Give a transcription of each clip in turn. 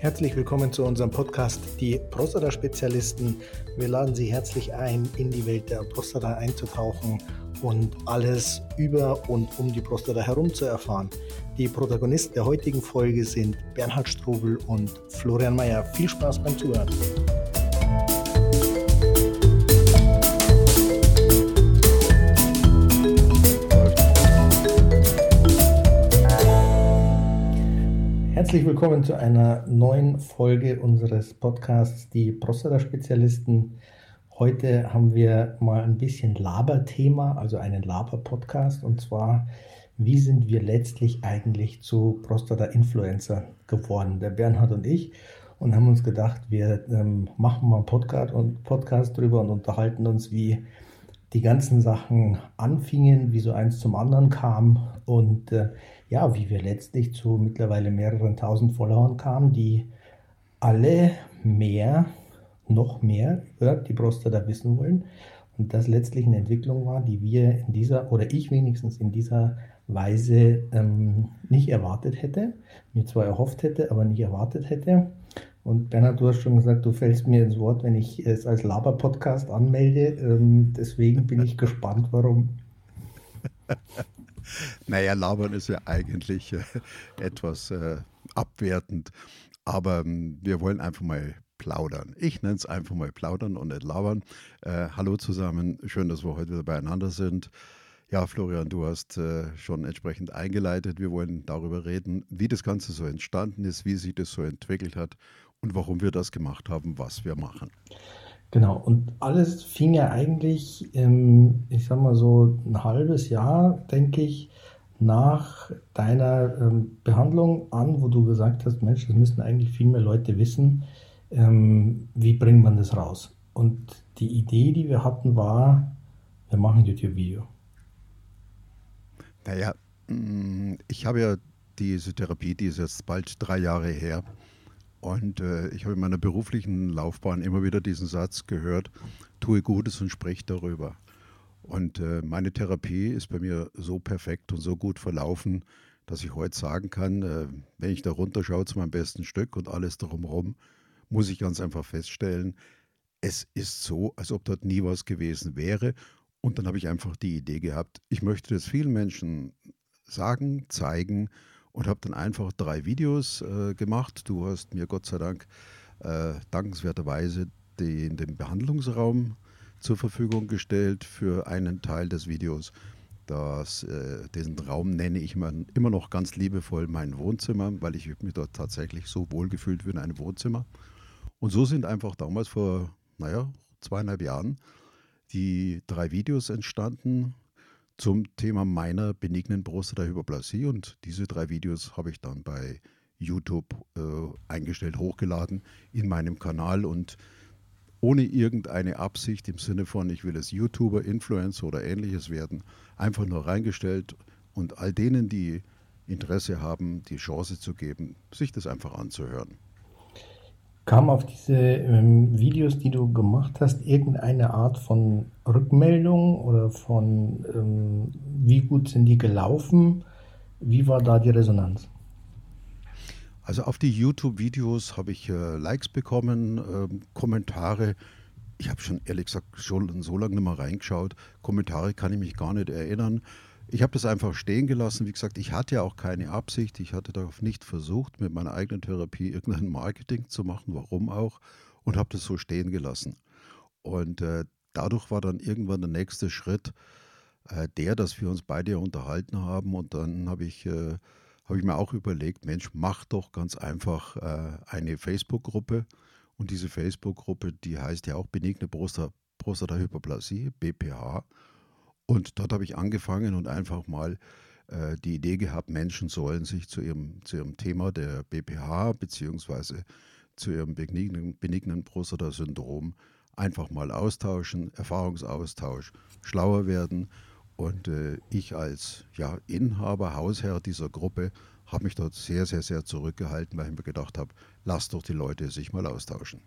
Herzlich willkommen zu unserem Podcast Die Prostata-Spezialisten. Wir laden Sie herzlich ein, in die Welt der Prostata einzutauchen und alles über und um die Prostata herum zu erfahren. Die Protagonisten der heutigen Folge sind Bernhard Strobel und Florian Mayer. Viel Spaß beim Zuhören. Herzlich willkommen zu einer neuen Folge unseres Podcasts Die Prostata-Spezialisten. Heute haben wir mal ein bisschen Laberthema, also einen Laber-Podcast, und zwar, wie sind wir letztlich eigentlich zu Prostata-Influencer geworden, der Bernhard und ich, und haben uns gedacht, wir machen mal einen Podcast drüber und unterhalten uns, wie die ganzen Sachen anfingen, wie so eins zum anderen kam und wie wir letztlich zu mittlerweile mehreren tausend Followern kamen, die alle noch mehr über die Prostata wissen wollen. Und das letztlich eine Entwicklung war, die wir ich wenigstens in dieser Weise nicht erwartet hätte, mir zwar erhofft hätte, aber nicht erwartet hätte. Und Bernhard, du hast schon gesagt, du fällst mir ins Wort, wenn ich es als Laber-Podcast anmelde. Deswegen bin ich gespannt, warum. Naja, labern ist ja eigentlich etwas abwertend, aber wir wollen einfach mal plaudern. Ich nenne es einfach mal plaudern und nicht labern. Hallo zusammen, schön, dass wir heute wieder beieinander sind. Ja, Florian, du hast schon entsprechend eingeleitet. Wir wollen darüber reden, wie das Ganze so entstanden ist, wie sich das so entwickelt hat und warum wir das gemacht haben, was wir machen. Genau, und alles fing ja eigentlich, ich sag mal so ein halbes Jahr, denke ich, nach deiner Behandlung an, wo du gesagt hast, Mensch, das müssen eigentlich viel mehr Leute wissen, wie bringt man das raus? Und die Idee, die wir hatten, war, wir machen ein YouTube-Video. Naja, ich habe ja diese Therapie, die ist jetzt bald 3 Jahre her. Und ich habe in meiner beruflichen Laufbahn immer wieder diesen Satz gehört, tue Gutes und sprich darüber. Und meine Therapie ist bei mir so perfekt und so gut verlaufen, dass ich heute sagen kann, wenn ich da runterschaue zu meinem besten Stück und alles drumherum, muss ich ganz einfach feststellen, es ist so, als ob dort nie was gewesen wäre. Und dann habe ich einfach die Idee gehabt, ich möchte das vielen Menschen sagen, zeigen, und habe dann einfach 3 Videos gemacht. Du hast mir Gott sei Dank dankenswerterweise den Behandlungsraum zur Verfügung gestellt für einen Teil des Videos. Diesen Raum nenne ich immer noch ganz liebevoll mein Wohnzimmer, weil ich mich dort tatsächlich so wohlgefühlt wie in einem Wohnzimmer. Und so sind einfach damals vor 2,5 Jahren die 3 Videos entstanden zum Thema meiner benignen Prostatahyperplasie, und diese 3 Videos habe ich dann bei YouTube eingestellt, hochgeladen in meinem Kanal und ohne irgendeine Absicht im Sinne von, ich will es YouTuber, Influencer oder ähnliches werden, einfach nur reingestellt und all denen, die Interesse haben, die Chance zu geben, sich das einfach anzuhören. Kam auf diese Videos, die du gemacht hast, irgendeine Art von Rückmeldung oder von wie gut sind die gelaufen? Wie war da die Resonanz? Also auf die YouTube-Videos habe ich Likes bekommen, Kommentare. Ich habe schon ehrlich gesagt schon so lange nicht mehr reingeschaut. Kommentare kann ich mich gar nicht erinnern. Ich habe das einfach stehen gelassen. Wie gesagt, ich hatte ja auch keine Absicht. Ich hatte darauf nicht versucht, mit meiner eigenen Therapie irgendein Marketing zu machen, warum auch, und habe das so stehen gelassen. Und dadurch war dann irgendwann der nächste Schritt dass wir uns beide unterhalten haben. Und dann habe ich mir auch überlegt, Mensch, mach doch ganz einfach eine Facebook-Gruppe. Und diese Facebook-Gruppe, die heißt ja auch benigne Prostatahyperplasie, BPH. Und dort habe ich angefangen und einfach mal die Idee gehabt, Menschen sollen sich zu ihrem Thema der BPH beziehungsweise zu ihrem benignen Prostatasyndrom einfach mal austauschen, Erfahrungsaustausch, schlauer werden. Und ich als Inhaber, Hausherr dieser Gruppe habe mich dort sehr, sehr, sehr zurückgehalten, weil ich mir gedacht habe, lass doch die Leute sich mal austauschen.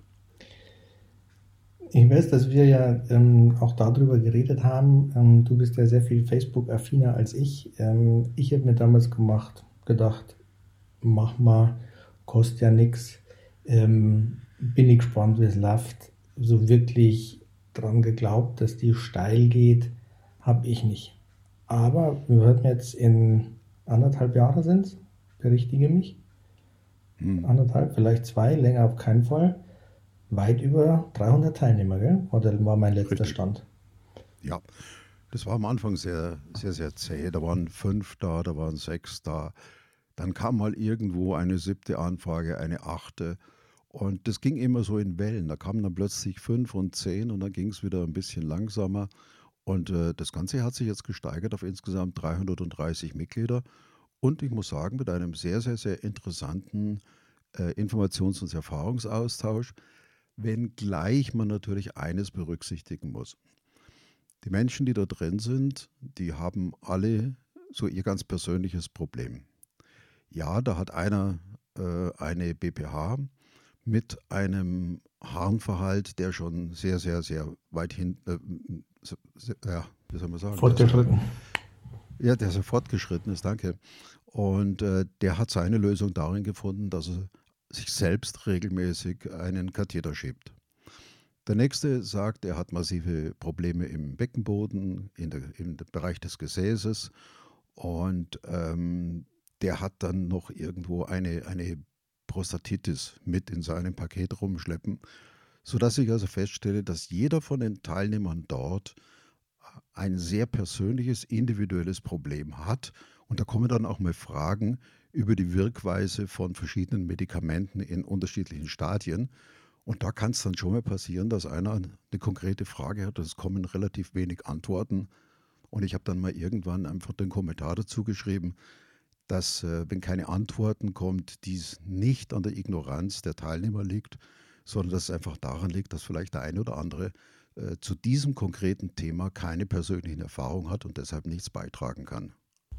Ich weiß, dass wir ja auch darüber geredet haben. Du bist ja sehr viel Facebook-affiner als ich. Ich habe mir damals gedacht, mach mal, kostet ja nichts. bin ich gespannt, wie es läuft. So wirklich dran geglaubt, dass die steil geht, habe ich nicht. Aber wir werden jetzt in 1,5 Jahre sind, berichtige mich, 1,5, vielleicht 2, länger auf keinen Fall, weit über 300 Teilnehmer, gell? Oder war mein letzter Richtig. Stand. Ja, das war am Anfang sehr, sehr, sehr zäh. Da waren 5 da, da waren 6 da. Dann kam mal irgendwo eine 7. Anfrage, eine 8. Und das ging immer so in Wellen. Da kamen dann plötzlich 5 und 10 und dann ging es wieder ein bisschen langsamer. Und das Ganze hat sich jetzt gesteigert auf insgesamt 330 Mitglieder. Und ich muss sagen, mit einem sehr, sehr, sehr interessanten Informations- und Erfahrungsaustausch, wenngleich man natürlich eines berücksichtigen muss. Die Menschen, die da drin sind, die haben alle so ihr ganz persönliches Problem. Ja, da hat einer eine BPH mit einem Harnverhalt, der schon sehr, sehr, sehr weit hin, ja, wie soll man sagen, Fortgeschritten. der sehr fortgeschritten ist, danke. Und der hat seine Lösung darin gefunden, dass er sich selbst regelmäßig einen Katheter schiebt. Der nächste sagt, er hat massive Probleme im Beckenboden, im Bereich des Gesäßes und der hat dann noch irgendwo eine Prostatitis mit in seinem Paket rumschleppen, sodass ich also feststelle, dass jeder von den Teilnehmern dort ein sehr persönliches, individuelles Problem hat. Und da kommen dann auch mal Fragen über die Wirkweise von verschiedenen Medikamenten in unterschiedlichen Stadien. Und da kann es dann schon mal passieren, dass einer eine konkrete Frage hat und es kommen relativ wenig Antworten. Und ich habe dann mal irgendwann einfach den Kommentar dazu geschrieben, dass wenn keine Antworten kommt, dies nicht an der Ignoranz der Teilnehmer liegt, sondern dass es einfach daran liegt, dass vielleicht der eine oder andere zu diesem konkreten Thema keine persönlichen Erfahrungen hat und deshalb nichts beitragen kann.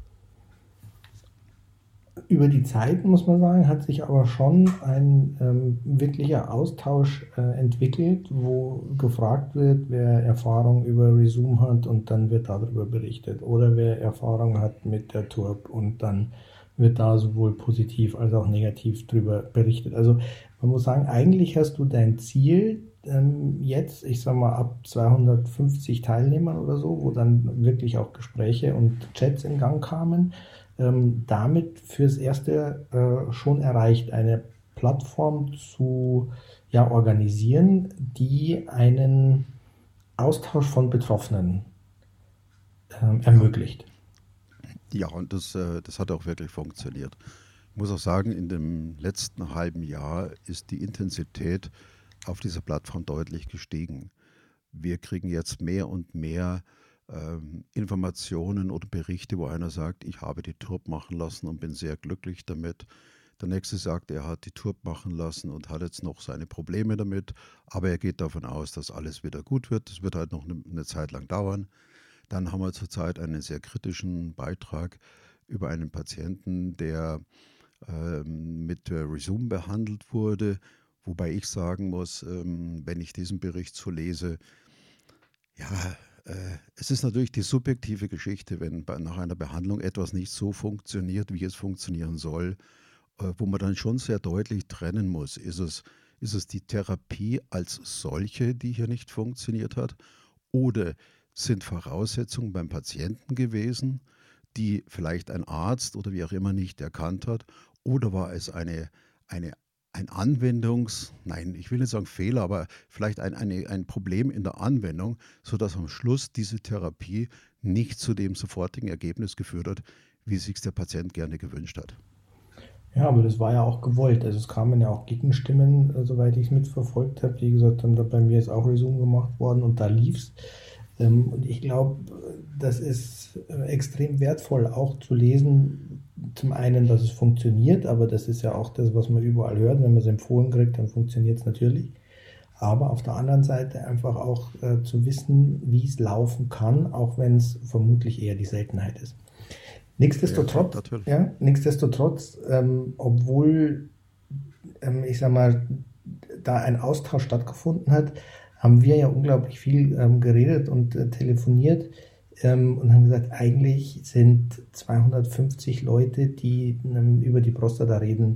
Über die Zeit, muss man sagen, hat sich aber schon ein wirklicher Austausch entwickelt, wo gefragt wird, wer Erfahrung über Resume hat und dann wird darüber berichtet. Oder wer Erfahrung hat mit der TURP und dann wird da sowohl positiv als auch negativ drüber berichtet. Also man muss sagen, eigentlich hast du dein Ziel jetzt, ich sag mal ab 250 Teilnehmern oder so, wo dann wirklich auch Gespräche und Chats in Gang kamen, damit fürs Erste schon erreicht, eine Plattform zu organisieren, die einen Austausch von Betroffenen Ja, ermöglicht. ja, und das hat auch wirklich funktioniert. Ich muss auch sagen, in dem letzten halben Jahr ist die Intensität auf dieser Plattform deutlich gestiegen. Wir kriegen jetzt mehr und mehr Informationen oder Berichte, wo einer sagt, ich habe die TURP machen lassen und bin sehr glücklich damit. Der nächste sagt, er hat die TURP machen lassen und hat jetzt noch seine Probleme damit, aber er geht davon aus, dass alles wieder gut wird. Das wird halt noch eine Zeit lang dauern. Dann haben wir zurzeit einen sehr kritischen Beitrag über einen Patienten, der mit Resume behandelt wurde, wobei ich sagen muss, wenn ich diesen Bericht so lese, ja, es ist natürlich die subjektive Geschichte, wenn nach einer Behandlung etwas nicht so funktioniert, wie es funktionieren soll, wo man dann schon sehr deutlich trennen muss. Ist es die Therapie als solche, die hier nicht funktioniert hat? Oder sind Voraussetzungen beim Patienten gewesen, die vielleicht ein Arzt oder wie auch immer nicht erkannt hat? Oder war es eine ein nein, ich will nicht sagen Fehler, aber vielleicht ein Problem in der Anwendung, sodass am Schluss diese Therapie nicht zu dem sofortigen Ergebnis geführt hat, wie sich der Patient gerne gewünscht hat. Ja, aber das war ja auch gewollt. Also es kamen ja auch Gegenstimmen, soweit ich es mitverfolgt habe, die gesagt haben, da bei mir ist auch Resume gemacht worden und da lief's. Und ich glaube, das ist extrem wertvoll, auch zu lesen, zum einen, dass es funktioniert, aber das ist ja auch das, was man überall hört. Wenn man es empfohlen kriegt, dann funktioniert es natürlich. Aber auf der anderen Seite einfach auch zu wissen, wie es laufen kann, auch wenn es vermutlich eher die Seltenheit ist. Ja, klar, Nichtsdestotrotz, natürlich. nichtsdestotrotz, obwohl, ich sag mal, da ein Austausch stattgefunden hat, haben wir ja unglaublich viel geredet und telefoniert und haben gesagt, eigentlich sind 250 Leute, die über die Prostata reden,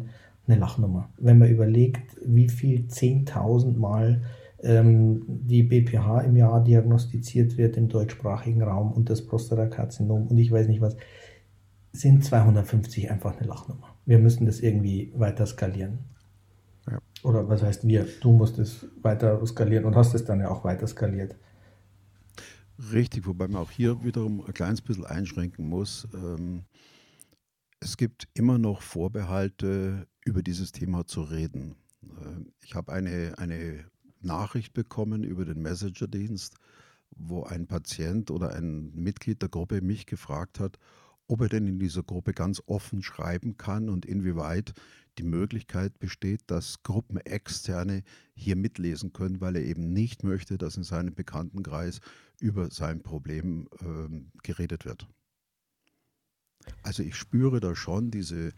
eine Lachnummer. Wenn man überlegt, wie viel 10.000 Mal die BPH im Jahr diagnostiziert wird im deutschsprachigen Raum und das Prostatakarzinom und ich weiß nicht was, sind 250 einfach eine Lachnummer. Wir müssen das irgendwie weiter skalieren. Ja. Oder was heißt wir? Du musst es weiter skalieren und hast es dann ja auch weiter skaliert. Richtig, wobei man auch hier wiederum ein kleines bisschen einschränken muss. Es gibt immer noch Vorbehalte, über dieses Thema zu reden. Ich habe eine Nachricht bekommen über den Messenger-Dienst, wo ein Patient oder ein Mitglied der Gruppe mich gefragt hat, ob er denn in dieser Gruppe ganz offen schreiben kann und inwieweit die Möglichkeit besteht, dass Gruppenexterne hier mitlesen können, weil er eben nicht möchte, dass in seinem Bekanntenkreis über sein Problem geredet wird. Also ich spüre da schon diese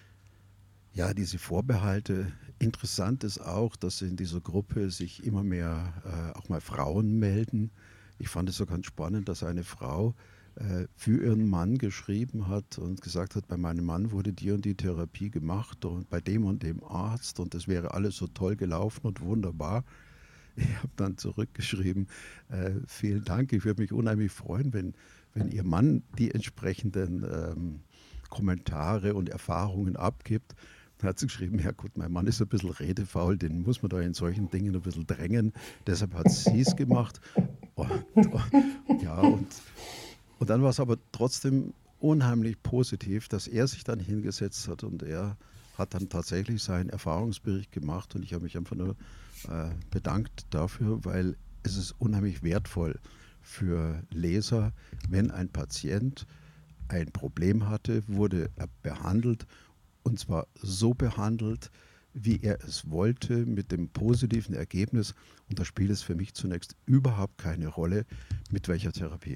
Vorbehalte. Interessant ist auch, dass in dieser Gruppe sich immer mehr auch mal Frauen melden. Ich fand es so ganz spannend, dass eine Frau für ihren Mann geschrieben hat und gesagt hat, bei meinem Mann wurde die und die Therapie gemacht und bei dem und dem Arzt und das wäre alles so toll gelaufen und wunderbar. Ich habe dann zurückgeschrieben, vielen Dank, ich würde mich unheimlich freuen, wenn Ihr Mann die entsprechenden Kommentare und Erfahrungen abgibt. Dann hat sie geschrieben, ja gut, mein Mann ist ein bisschen redefaul, den muss man da in solchen Dingen ein bisschen drängen. Deshalb hat sie es gemacht. Und, ja, und dann war es aber trotzdem unheimlich positiv, dass er sich dann hingesetzt hat und er hat dann tatsächlich seinen Erfahrungsbericht gemacht und ich habe mich einfach nur bedankt dafür, weil es ist unheimlich wertvoll für Leser, wenn ein Patient ein Problem hatte, wurde er behandelt und zwar so behandelt, wie er es wollte, mit dem positiven Ergebnis. Und da spielt es für mich zunächst überhaupt keine Rolle, mit welcher Therapie.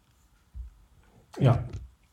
Ja.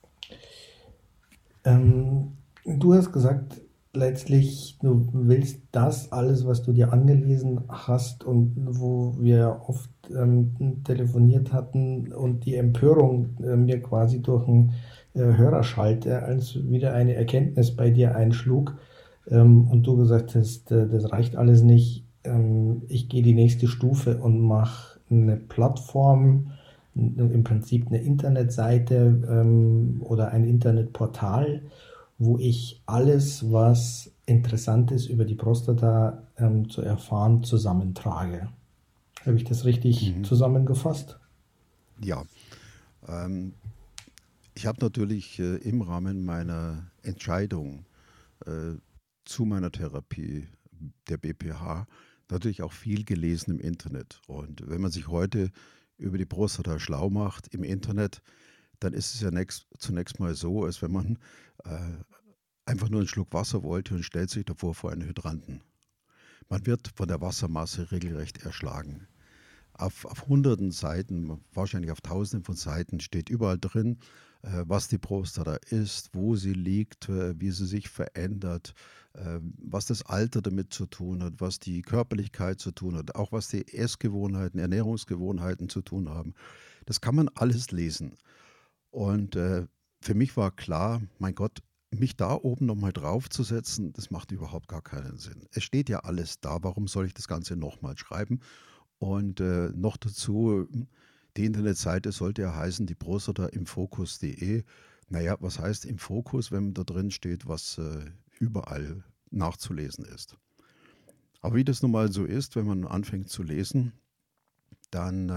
Du hast gesagt, letztlich, du willst das alles, was du dir angelesen hast und wo wir oft telefoniert hatten und die Empörung mir quasi durch einen Hörer schallte, als wieder eine Erkenntnis bei dir einschlug und du gesagt hast, das reicht alles nicht, ich gehe die nächste Stufe und mache eine Plattform, im Prinzip eine Internetseite oder ein Internetportal, wo ich alles, was interessant ist über die Prostata zu erfahren, zusammentrage. Habe ich das richtig Mhm. zusammengefasst? Ja, ähm, ich habe natürlich im Rahmen meiner Entscheidung äh, zu meiner Therapie der BPH natürlich auch viel gelesen im Internet. Und wenn man sich heute über die Prostata schlau macht im Internet, dann ist es ja zunächst mal so, als wenn man äh, einfach nur einen Schluck Wasser wollte und stellt sich davor vor einen Hydranten. Man wird von der Wassermasse regelrecht erschlagen. Auf hunderten Seiten, wahrscheinlich auf tausenden von Seiten steht überall drin, was die Prostata ist, wo sie liegt, wie sie sich verändert, was das Alter damit zu tun hat, was die Körperlichkeit zu tun hat, auch was die Essgewohnheiten, Ernährungsgewohnheiten zu tun haben. Das kann man alles lesen. Und für mich war klar, mein Gott, mich da oben nochmal draufzusetzen, das macht überhaupt gar keinen Sinn. Es steht ja alles da, warum soll ich das Ganze nochmal schreiben? Und noch dazu, die Internetseite sollte ja heißen, die Prostata im Fokus.de. Naja, was heißt im Fokus, wenn da drin steht, was überall nachzulesen ist? Aber wie das nun mal so ist, wenn man anfängt zu lesen, dann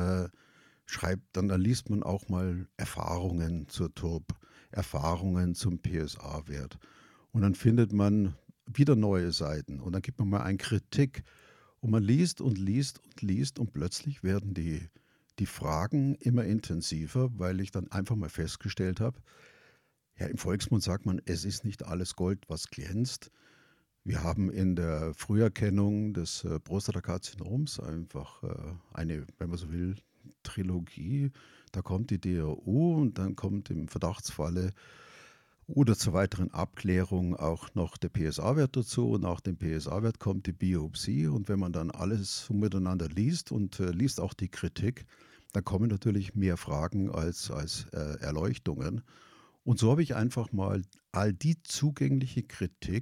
dann liest man auch mal Erfahrungen zur TURB, Erfahrungen zum PSA-Wert. Und dann findet man wieder neue Seiten und dann gibt man mal eine Kritik und man liest und liest und liest und plötzlich werden die Fragen immer intensiver, weil ich dann einfach mal festgestellt habe, ja, im Volksmund sagt man, es ist nicht alles Gold, was glänzt. Wir haben in der Früherkennung des Prostatakarzinoms einfach eine, wenn man so will, Trilogie. Da kommt die DRU und dann kommt im Verdachtsfalle oder zur weiteren Abklärung auch noch der PSA-Wert dazu und nach dem PSA-Wert kommt die Biopsie und wenn man dann alles so miteinander liest und liest auch die Kritik, dann kommen natürlich mehr Fragen als Erleuchtungen. Und so habe ich einfach mal all die zugängliche Kritik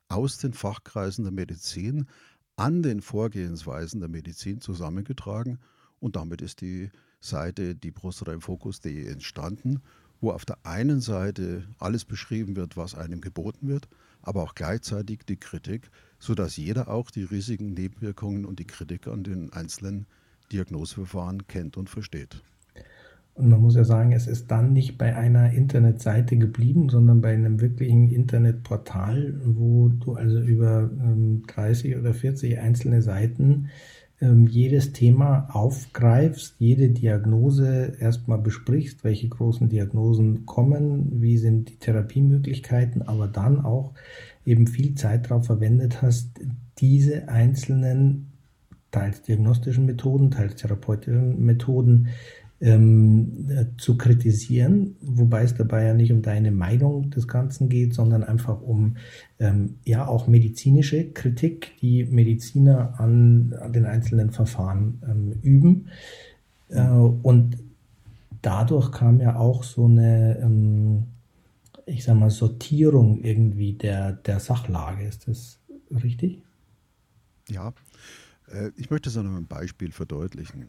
aus den Fachkreisen der Medizin an den Vorgehensweisen der Medizin zusammengetragen und damit ist die Seite die Prostata im Fokus.de entstanden, wo auf der einen Seite alles beschrieben wird, was einem geboten wird, aber auch gleichzeitig die Kritik, sodass jeder auch die Risiken, Nebenwirkungen und die Kritik an den einzelnen Diagnoseverfahren kennt und versteht. Und man muss ja sagen, es ist dann nicht bei einer Internetseite geblieben, sondern bei einem wirklichen Internetportal, wo du also über 30 oder 40 einzelne Seiten jedes Thema aufgreifst, jede Diagnose erstmal besprichst, welche großen Diagnosen kommen, wie sind die Therapiemöglichkeiten, aber dann auch eben viel Zeit darauf verwendet hast, diese einzelnen teils diagnostischen Methoden, teils therapeutischen Methoden zu kritisieren, wobei es dabei ja nicht um deine Meinung des Ganzen geht, sondern einfach um ja auch medizinische Kritik, die Mediziner an den einzelnen Verfahren üben. Und dadurch kam ja auch so eine, ich sag mal, Sortierung irgendwie der Sachlage. Ist das richtig? Ja, ich möchte es an einem Beispiel verdeutlichen.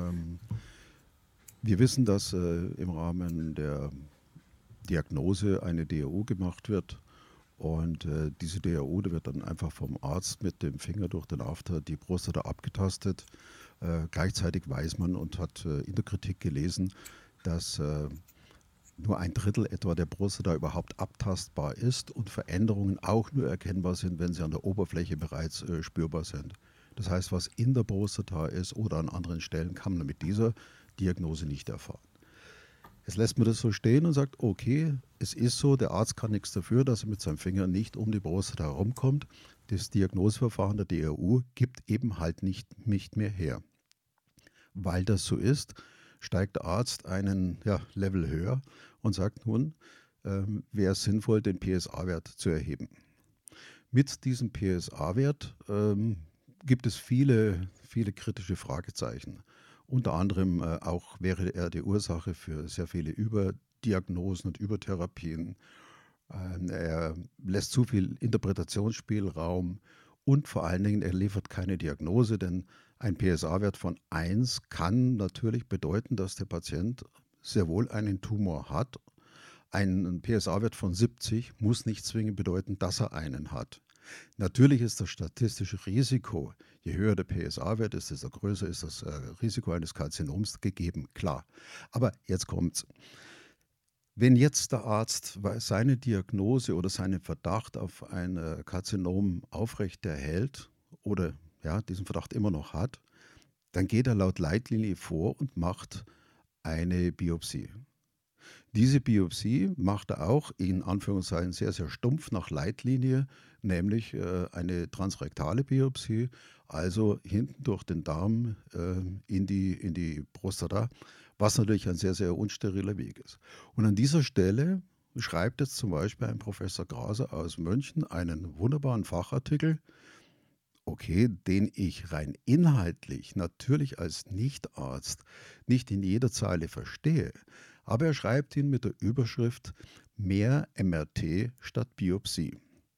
Wir wissen, dass im Rahmen der Diagnose eine DRU gemacht wird und diese DRU, da wird dann einfach vom Arzt mit dem Finger durch den After die Prostata abgetastet. Gleichzeitig weiß man und hat in der Kritik gelesen, dass nur ein Drittel etwa der Prostata überhaupt abtastbar ist und Veränderungen auch nur erkennbar sind, wenn sie an der Oberfläche bereits spürbar sind. Das heißt, was in der Prostata ist oder an anderen Stellen, kann man mit dieser Diagnose nicht erfahren. Jetzt lässt man das so stehen und sagt, okay, es ist so, der Arzt kann nichts dafür, dass er mit seinem Finger nicht um die Prostata herumkommt. Das Diagnoseverfahren der DRU gibt eben halt nicht mehr her. Weil das so ist, steigt der Arzt einen Level höher und sagt nun, wäre es sinnvoll, den PSA-Wert zu erheben. Mit diesem PSA-Wert gibt es viele kritische Fragezeichen. Unter anderem auch wäre er die Ursache für sehr viele Überdiagnosen und Übertherapien. Er lässt zu viel Interpretationsspielraum und vor allen Dingen, er liefert keine Diagnose, denn ein PSA-Wert von 1 kann natürlich bedeuten, dass der Patient sehr wohl einen Tumor hat. Ein PSA-Wert von 70 muss nicht zwingend bedeuten, dass er einen hat. Natürlich ist das statistische Risiko, je höher der PSA-Wert ist, desto größer ist das Risiko eines Karzinoms gegeben, klar. Aber jetzt kommt's. Wenn jetzt der Arzt seine Diagnose oder seinen Verdacht auf ein Karzinom aufrechterhält oder diesen Verdacht immer noch hat, dann geht er laut Leitlinie vor und macht eine Biopsie. Diese Biopsie macht er auch in Anführungszeichen sehr, sehr stumpf nach Leitlinie, nämlich eine transrektale Biopsie, also hinten durch den Darm in die Prostata, was natürlich ein sehr, sehr unsteriler Weg ist. Und an dieser Stelle schreibt jetzt zum Beispiel ein Professor Graser aus München einen wunderbaren Fachartikel, okay, den ich rein inhaltlich natürlich als Nichtarzt nicht in jeder Zeile verstehe, aber er schreibt ihn mit der Überschrift mehr MRT statt Biopsie.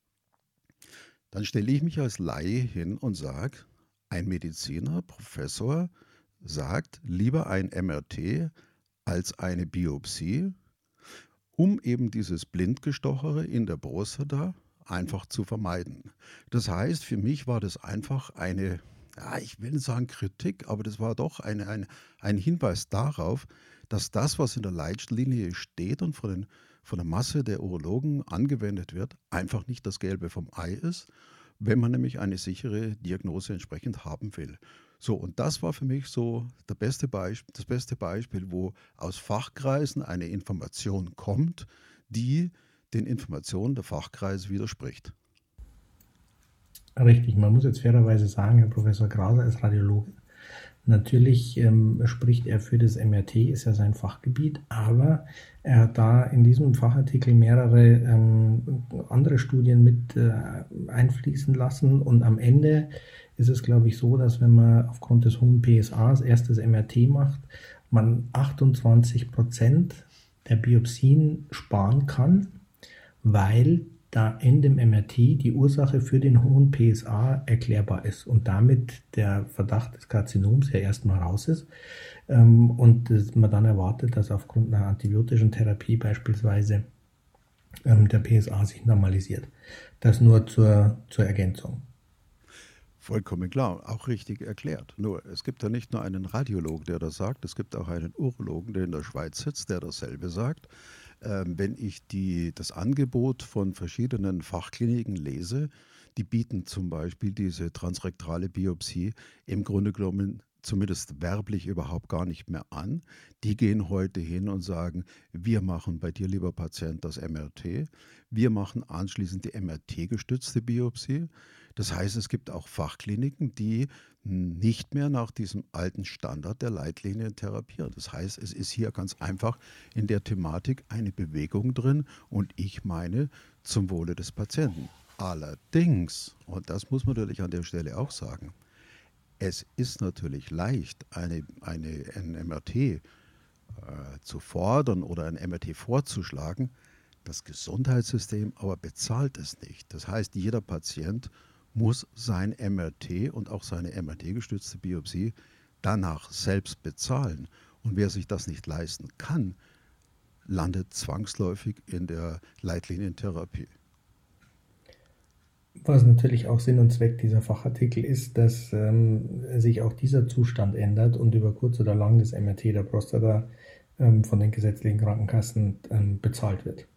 Dann stelle ich mich als Laie hin und sage, ein Mediziner, Professor, sagt lieber ein MRT als eine Biopsie, um eben dieses Blindgestochere in der Prostata einfach zu vermeiden. Das heißt, für mich war das einfach eine, ich will nicht sagen Kritik, aber das war doch ein Hinweis darauf, dass das, was in der Leitlinie steht und von der Masse der Urologen angewendet wird, einfach nicht das Gelbe vom Ei ist, wenn man nämlich eine sichere Diagnose entsprechend haben will. So, und das war für mich so das beste Beispiel, wo aus Fachkreisen eine Information kommt, die den Informationen der Fachkreise widerspricht. Richtig, man muss jetzt fairerweise sagen, Herr Professor Graser ist Radiologe. Natürlich spricht er für das MRT, ist ja sein Fachgebiet, aber er hat da in diesem Fachartikel mehrere andere Studien mit einfließen lassen und am Ende ist es, glaube ich, so, dass wenn man aufgrund des hohen PSAs erst das MRT macht, man 28% der Biopsien sparen kann, weil da in dem MRT die Ursache für den hohen PSA erklärbar ist und damit der Verdacht des Karzinoms ja erstmal raus ist und man dann erwartet, dass aufgrund einer antibiotischen Therapie beispielsweise der PSA sich normalisiert. Das nur zur Ergänzung. Vollkommen klar, auch richtig erklärt. Nur, es gibt ja nicht nur einen Radiologen, der das sagt, es gibt auch einen Urologen, der in der Schweiz sitzt, der dasselbe sagt. Wenn ich das Angebot von verschiedenen Fachkliniken lese, die bieten zum Beispiel diese transrektale Biopsie im Grunde genommen zumindest werblich überhaupt gar nicht mehr an. Die gehen heute hin und sagen, wir machen bei dir, lieber Patient, das MRT. Wir machen anschließend die MRT-gestützte Biopsie. Das heißt, es gibt auch Fachkliniken, die nicht mehr nach diesem alten Standard der Leitlinien therapieren. Das heißt, es ist hier ganz einfach in der Thematik eine Bewegung drin und ich meine zum Wohle des Patienten. Allerdings, und das muss man natürlich an der Stelle auch sagen, es ist natürlich leicht, ein MRT zu fordern oder ein MRT vorzuschlagen. Das Gesundheitssystem aber bezahlt es nicht. Das heißt, jeder Patient muss sein MRT und auch seine MRT-gestützte Biopsie danach selbst bezahlen. Und wer sich das nicht leisten kann, landet zwangsläufig in der Leitlinientherapie. Was natürlich auch Sinn und Zweck dieser Fachartikel ist, dass sich auch dieser Zustand ändert und über kurz oder lang das MRT der Prostata von den gesetzlichen Krankenkassen bezahlt wird.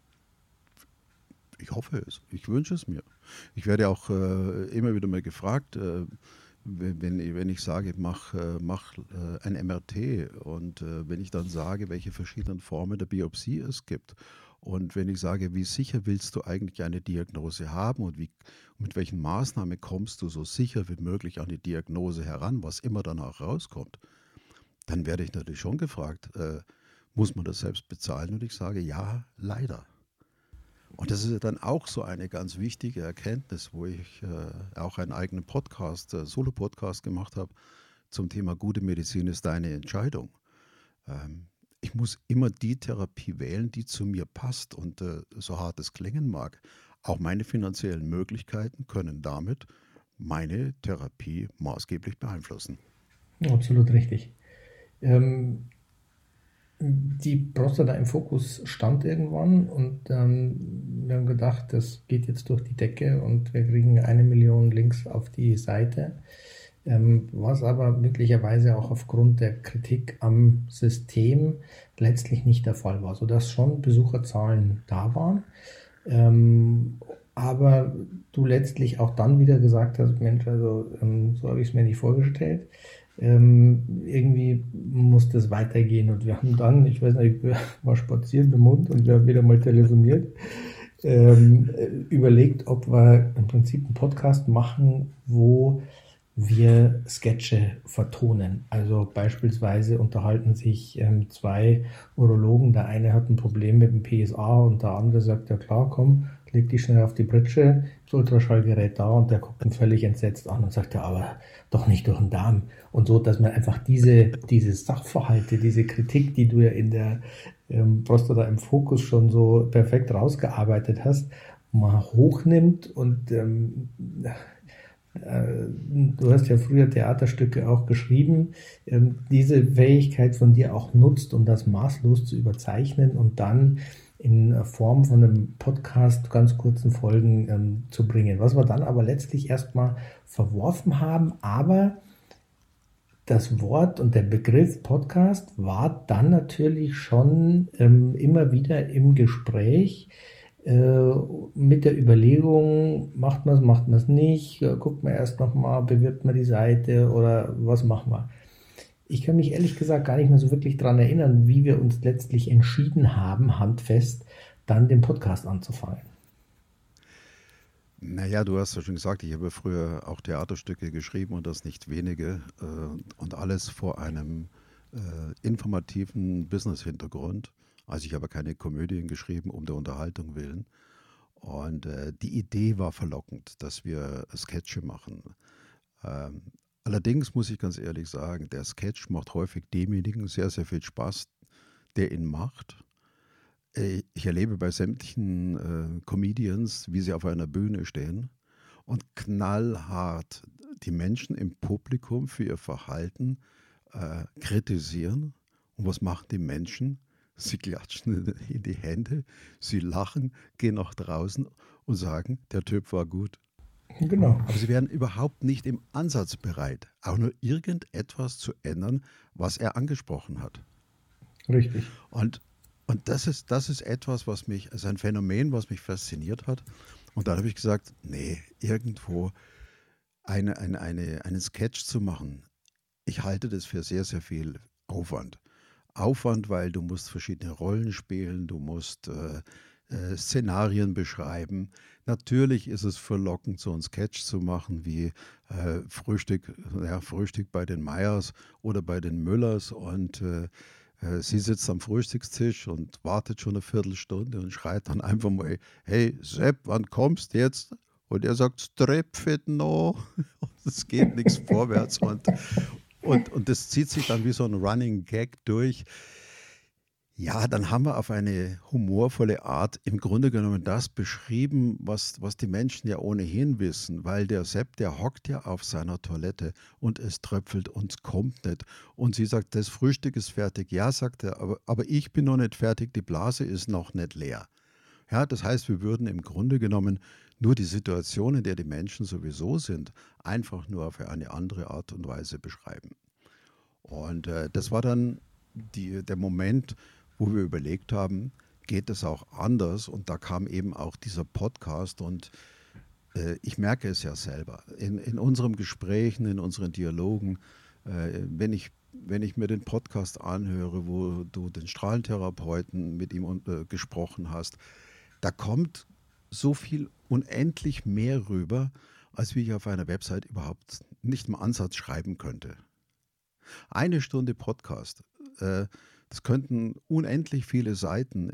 Ich hoffe es. Ich wünsche es mir. Ich werde auch immer wieder mal gefragt, wenn ich sage, mach ein MRT und wenn ich dann sage, welche verschiedenen Formen der Biopsie es gibt und wenn ich sage, wie sicher willst du eigentlich eine Diagnose haben und mit welchen Maßnahmen kommst du so sicher wie möglich an die Diagnose heran, was immer danach rauskommt, dann werde ich natürlich schon gefragt, muss man das selbst bezahlen? Und ich sage, ja, leider. Und das ist ja dann auch so eine ganz wichtige Erkenntnis, wo ich auch einen eigenen Podcast, Solo-Podcast gemacht habe zum Thema gute Medizin ist deine Entscheidung. Ich muss immer die Therapie wählen, die zu mir passt und so hart es klingen mag. Auch meine finanziellen Möglichkeiten können damit meine Therapie maßgeblich beeinflussen. Absolut richtig. Die Prostata im Fokus stand irgendwann und wir haben gedacht, das geht jetzt durch die Decke und wir kriegen 1 Million Links auf die Seite, was aber möglicherweise auch aufgrund der Kritik am System letztlich nicht der Fall war, sodass schon Besucherzahlen da waren. Aber du letztlich auch dann wieder gesagt hast, Mensch, also so habe ich es mir nicht vorgestellt. Irgendwie muss das weitergehen und wir haben dann, ich weiß nicht, ich war spazieren im Mund und wir haben wieder mal telefoniert, überlegt, ob wir im Prinzip einen Podcast machen, wo wir Sketche vertonen. Also beispielsweise unterhalten sich zwei Urologen, der eine hat ein Problem mit dem PSA und der andere sagt, ja klar, komm, leg dich schnell auf die Pritsche, das Ultraschallgerät da und der guckt ihn völlig entsetzt an und sagt, ja, aber doch nicht durch den Darm. Und so, dass man einfach diese Sachverhalte, diese Kritik, die du ja in der Prostata im Fokus schon so perfekt rausgearbeitet hast, mal hochnimmt und du hast ja früher Theaterstücke auch geschrieben, diese Fähigkeit von dir auch nutzt, um das maßlos zu überzeichnen und dann in Form von einem Podcast ganz kurzen Folgen zu bringen. Was wir dann aber letztlich erstmal verworfen haben, aber das Wort und der Begriff Podcast war dann natürlich schon immer wieder im Gespräch, mit der Überlegung, macht man es nicht, guckt man erst nochmal, bewirbt man die Seite oder was machen wir? Ich kann mich ehrlich gesagt gar nicht mehr so wirklich daran erinnern, wie wir uns letztlich entschieden haben, handfest, dann den Podcast anzufangen. Naja, du hast ja schon gesagt, ich habe früher auch Theaterstücke geschrieben und das nicht wenige und alles vor einem informativen Business-Hintergrund. Also ich habe keine Komödien geschrieben um der Unterhaltung willen. Und die Idee war verlockend, dass wir Sketche machen. Allerdings muss ich ganz ehrlich sagen, der Sketch macht häufig demjenigen sehr, sehr viel Spaß, der ihn macht. Ich erlebe bei sämtlichen Comedians, wie sie auf einer Bühne stehen und knallhart die Menschen im Publikum für ihr Verhalten kritisieren. Und was machen die Menschen? Sie klatschen in die Hände, sie lachen, gehen nach draußen und sagen, der Typ war gut. Genau. Aber sie wären überhaupt nicht im Ansatz bereit, auch nur irgendetwas zu ändern, was er angesprochen hat. Richtig. Und das ist etwas, was mich, also ein Phänomen, was mich fasziniert hat. Und dann habe ich gesagt, nee, irgendwo einen Sketch zu machen, ich halte das für sehr, sehr viel Aufwand. Aufwand, weil du musst verschiedene Rollen spielen, du musst Szenarien beschreiben. Natürlich ist es verlockend, so einen Sketch zu machen wie Frühstück bei den Meyers oder bei den Müllers und sie sitzt am Frühstückstisch und wartet schon eine Viertelstunde und schreit dann einfach mal, hey Sepp, wann kommst du jetzt? Und er sagt, Strepfit no. Es geht nichts vorwärts und das zieht sich dann wie so ein Running Gag durch. Ja, dann haben wir auf eine humorvolle Art im Grunde genommen das beschrieben, was die Menschen ja ohnehin wissen, weil der Sepp, der hockt ja auf seiner Toilette und es tröpfelt und es kommt nicht. Und sie sagt, das Frühstück ist fertig. Ja, sagt er, aber ich bin noch nicht fertig, die Blase ist noch nicht leer. Ja, das heißt, wir würden im Grunde genommen nur die Situation, in der die Menschen sowieso sind, einfach nur auf eine andere Art und Weise beschreiben. Und das war dann der Moment, wo wir überlegt haben, geht es auch anders? Und da kam eben auch dieser Podcast und ich merke es ja selber. In unseren Gesprächen, in unseren Dialogen, wenn ich mir den Podcast anhöre, wo du den Strahlentherapeuten mit ihm gesprochen hast, da kommt so viel unendlich mehr rüber, als wie ich auf einer Website überhaupt nicht im Ansatz schreiben könnte. Eine Stunde Podcast, das könnten unendlich viele Seiten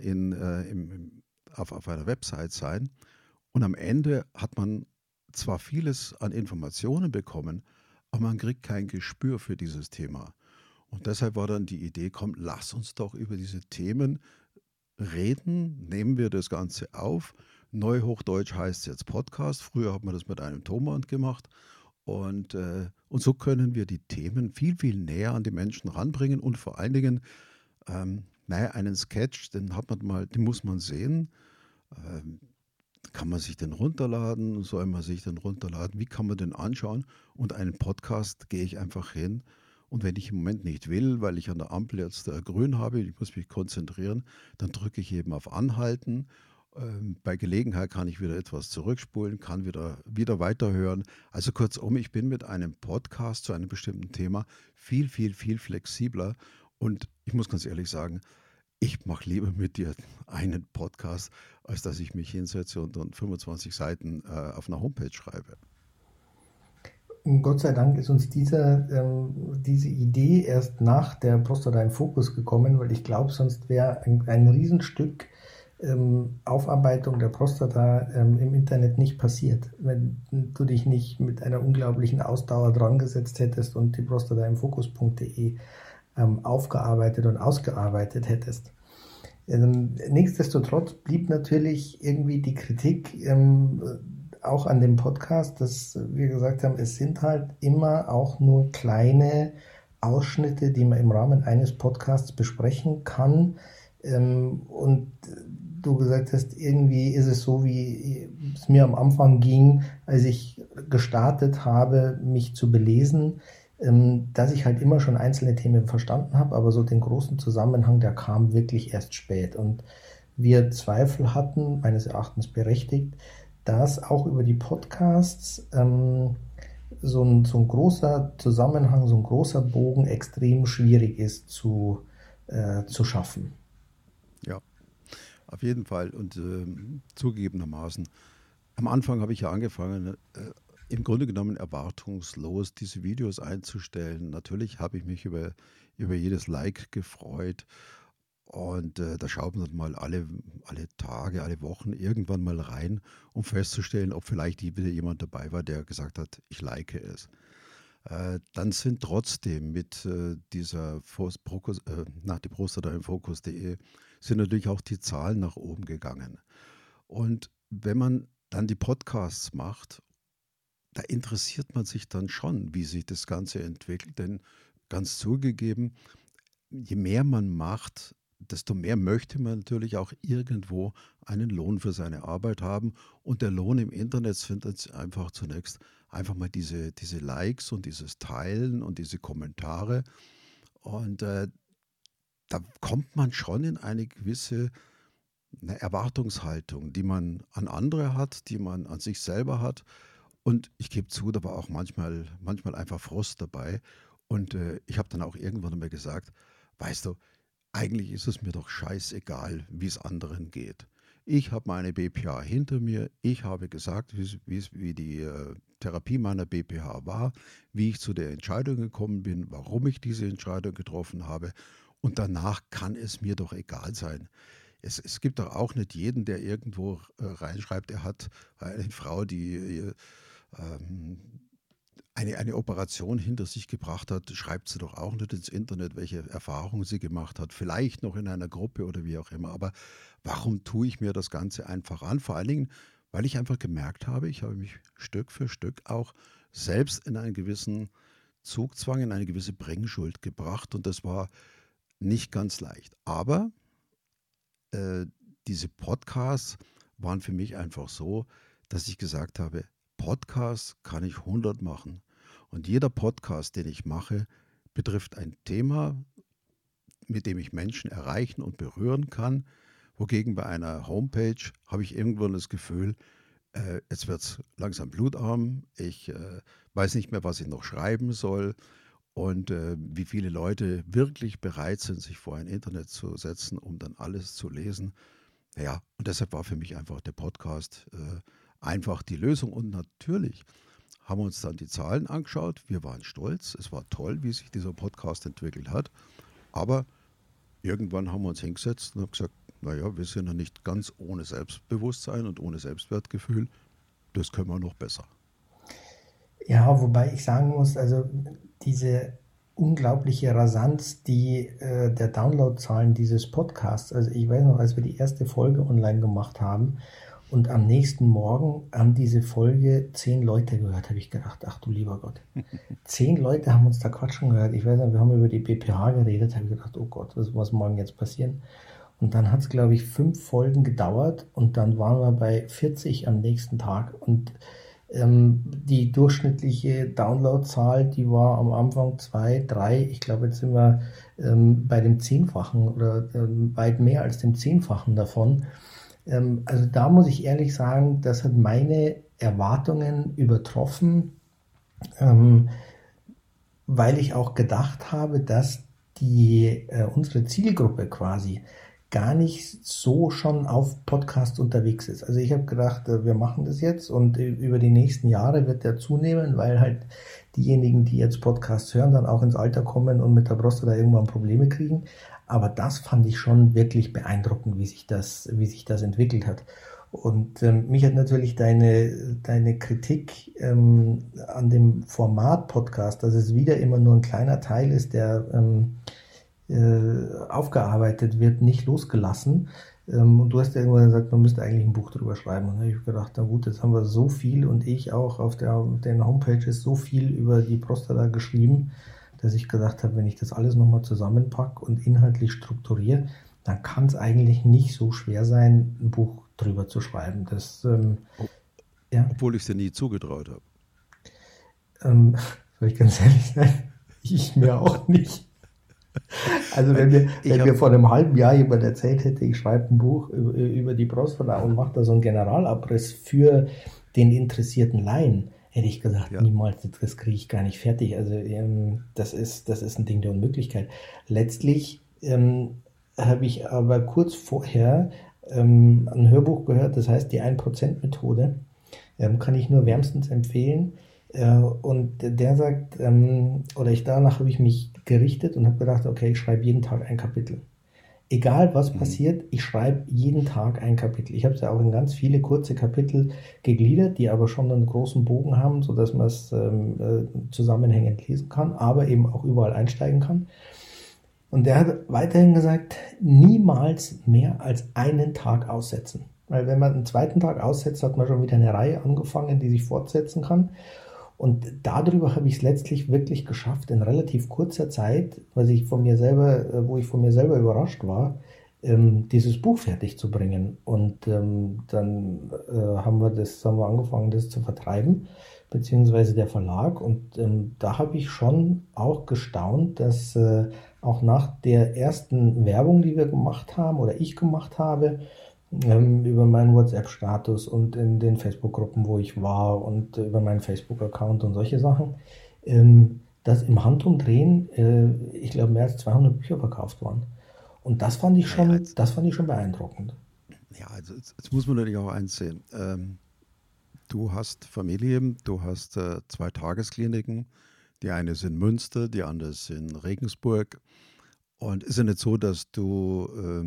auf einer Website sein. Und am Ende hat man zwar vieles an Informationen bekommen, aber man kriegt kein Gespür für dieses Thema. Und deshalb war dann die Idee, komm, lass uns doch über diese Themen reden, nehmen wir das Ganze auf. Neuhochdeutsch heißt es jetzt Podcast. Früher hat man das mit einem Tonband gemacht. Und so können wir die Themen viel, viel näher an die Menschen ranbringen und vor allen Dingen, einen Sketch, den muss man sehen. Kann man sich den runterladen? Soll man sich den runterladen? Wie kann man den anschauen? Und einen Podcast gehe ich einfach hin. Und wenn ich im Moment nicht will, weil ich an der Ampel jetzt grün habe, ich muss mich konzentrieren, dann drücke ich eben auf Anhalten. Bei Gelegenheit kann ich wieder etwas zurückspulen, kann wieder weiterhören. Also kurzum, ich bin mit einem Podcast zu einem bestimmten Thema viel, viel, viel flexibler. Und ich muss ganz ehrlich sagen, ich mache lieber mit dir einen Podcast, als dass ich mich hinsetze und 25 Seiten auf einer Homepage schreibe. Und Gott sei Dank ist uns diese Idee erst nach der Prostata im Fokus gekommen, weil ich glaube, sonst wäre ein Riesenstück Aufarbeitung der Prostata im Internet nicht passiert, wenn du dich nicht mit einer unglaublichen Ausdauer dran gesetzt hättest und die Prostata im Fokus.de aufgearbeitet und ausgearbeitet hättest. Nichtsdestotrotz blieb natürlich irgendwie die Kritik auch an dem Podcast, dass wir gesagt haben, es sind halt immer auch nur kleine Ausschnitte, die man im Rahmen eines Podcasts besprechen kann. Und du gesagt hast, irgendwie ist es so, wie es mir am Anfang ging, als ich gestartet habe, mich zu belesen, dass ich halt immer schon einzelne Themen verstanden habe, aber so den großen Zusammenhang, der kam wirklich erst spät. Und wir Zweifel hatten, meines Erachtens berechtigt, dass auch über die Podcasts so ein großer Zusammenhang, so ein großer Bogen extrem schwierig ist zu schaffen. Ja, auf jeden Fall. Und zugegebenermaßen, am Anfang habe ich ja angefangen, im Grunde genommen erwartungslos diese Videos einzustellen. Natürlich habe ich mich über jedes Like gefreut. Und da schaut man dann mal alle Tage, alle Wochen irgendwann mal rein, um festzustellen, ob vielleicht wieder jemand dabei war, der gesagt hat, ich like es. dann sind trotzdem mit dieser nach die Prostata im Fokus.de sind natürlich auch die Zahlen nach oben gegangen. Und wenn man dann die Podcasts macht, da interessiert man sich dann schon, wie sich das Ganze entwickelt. Denn ganz zugegeben, je mehr man macht, desto mehr möchte man natürlich auch irgendwo einen Lohn für seine Arbeit haben. Und der Lohn im Internet sind jetzt einfach zunächst einfach mal diese Likes und dieses Teilen und diese Kommentare. Und da kommt man schon in eine gewisse Erwartungshaltung, die man an andere hat, die man an sich selber hat. Und ich gebe zu, da war auch manchmal einfach Frust dabei. Und ich habe dann auch irgendwann einmal gesagt, weißt du, eigentlich ist es mir doch scheißegal, wie es anderen geht. Ich habe meine BPH hinter mir. Ich habe gesagt, wie die Therapie meiner BPH war, wie ich zu der Entscheidung gekommen bin, warum ich diese Entscheidung getroffen habe. Und danach kann es mir doch egal sein. Es gibt doch auch nicht jeden, der irgendwo reinschreibt, er hat eine Frau, die eine Operation hinter sich gebracht hat, schreibt sie doch auch nicht ins Internet, welche Erfahrungen sie gemacht hat. Vielleicht noch in einer Gruppe oder wie auch immer. Aber warum tue ich mir das Ganze einfach an? Vor allen Dingen, weil ich einfach gemerkt habe, ich habe mich Stück für Stück auch selbst in einen gewissen Zugzwang, in eine gewisse Bringschuld gebracht. Und das war nicht ganz leicht. Aber äh, diese Podcasts waren für mich einfach so, dass ich gesagt habe, Podcasts kann ich 100 machen. Und jeder Podcast, den ich mache, betrifft ein Thema, mit dem ich Menschen erreichen und berühren kann. Wogegen bei einer Homepage habe ich irgendwann das Gefühl, jetzt wird es langsam blutarm. Ich weiß nicht mehr, was ich noch schreiben soll. Und wie viele Leute wirklich bereit sind, sich vor ein Internet zu setzen, um dann alles zu lesen. Ja, und deshalb war für mich einfach der Podcast einfach die Lösung. Und natürlich haben wir uns dann die Zahlen angeschaut. Wir waren stolz. Es war toll, wie sich dieser Podcast entwickelt hat. Aber irgendwann haben wir uns hingesetzt und haben gesagt, naja, wir sind ja nicht ganz ohne Selbstbewusstsein und ohne Selbstwertgefühl. Das können wir noch besser. Ja, wobei ich sagen muss, also diese unglaubliche Rasanz, der Downloadzahlen dieses Podcasts, also ich weiß noch, als wir die erste Folge online gemacht haben und am nächsten Morgen haben diese Folge 10 Leute gehört, habe ich gedacht, ach du lieber Gott. 10 Leute haben uns da quatschen gehört. Ich weiß nicht, wir haben über die BPH geredet, habe ich gedacht, oh Gott, was morgen jetzt passieren? Und dann hat es, glaube ich, 5 Folgen gedauert und dann waren wir bei 40 am nächsten Tag. Und die durchschnittliche Downloadzahl, die war am Anfang 2, 3. Ich glaube, jetzt sind wir bei dem Zehnfachen oder weit mehr als dem Zehnfachen davon. Also da muss ich ehrlich sagen, das hat meine Erwartungen übertroffen, ähm, weil ich auch gedacht habe, dass unsere Zielgruppe quasi gar nicht so schon auf Podcast unterwegs ist. Also ich habe gedacht, wir machen das jetzt und über die nächsten Jahre wird der zunehmen, weil halt diejenigen, die jetzt Podcasts hören, dann auch ins Alter kommen und mit der Prostata irgendwann Probleme kriegen. Aber das fand ich schon wirklich beeindruckend, wie sich das entwickelt hat. Und mich hat natürlich deine Kritik an dem Format Podcast, dass es wieder immer nur ein kleiner Teil ist, der aufgearbeitet wird, nicht losgelassen. Und du hast ja irgendwann gesagt, man müsste eigentlich ein Buch drüber schreiben. Und da habe ich gedacht, na gut, jetzt haben wir so viel und ich auch auf den Homepages so viel über die Prostata geschrieben, dass ich gedacht habe, wenn ich das alles nochmal zusammenpacke und inhaltlich strukturiere, dann kann es eigentlich nicht so schwer sein, ein Buch drüber zu schreiben. Ja. Obwohl ich es dir nie zugetraut habe. Soll ich ganz ehrlich sein? Ich mir auch nicht. Also wenn mir vor einem halben Jahr jemand erzählt hätte, ich schreibe ein Buch über die Prostata und mache da so einen Generalabriss für den interessierten Laien, hätte ich gesagt, ja. Niemals, das kriege ich gar nicht fertig. Also das ist ein Ding der Unmöglichkeit. Letztlich habe ich aber kurz vorher ein Hörbuch gehört, das heißt die 1%-Methode. Kann ich nur wärmstens empfehlen. Und der sagt, danach habe ich mich gerichtet und habe gedacht, okay, ich schreibe jeden Tag ein Kapitel. Egal was passiert, ich schreibe jeden Tag ein Kapitel. Ich habe es ja auch in ganz viele kurze Kapitel gegliedert, die aber schon einen großen Bogen haben, sodass man es zusammenhängend lesen kann, aber eben auch überall einsteigen kann. Und der hat weiterhin gesagt, niemals mehr als einen Tag aussetzen. Weil wenn man einen zweiten Tag aussetzt, hat man schon wieder eine Reihe angefangen, die sich fortsetzen kann. Und darüber habe ich es letztlich wirklich geschafft, in relativ kurzer Zeit, wo ich von mir selber überrascht war, dieses Buch fertig zu bringen. Und dann haben wir angefangen, das zu vertreiben, beziehungsweise der Verlag. Und da habe ich schon auch gestaunt, dass auch nach der ersten Werbung, die wir gemacht haben oder ich gemacht habe, über meinen WhatsApp-Status und in den Facebook-Gruppen, wo ich war und über meinen Facebook-Account und solche Sachen, dass im Handumdrehen, ich glaube, mehr als 200 Bücher verkauft waren. Und das fand ich schon beeindruckend. Ja, also jetzt muss man natürlich auch eins sehen. Du hast Familie, du hast 2 Tageskliniken. Die eine ist in Münster, die andere ist in Regensburg. Und ist ja nicht so, dass du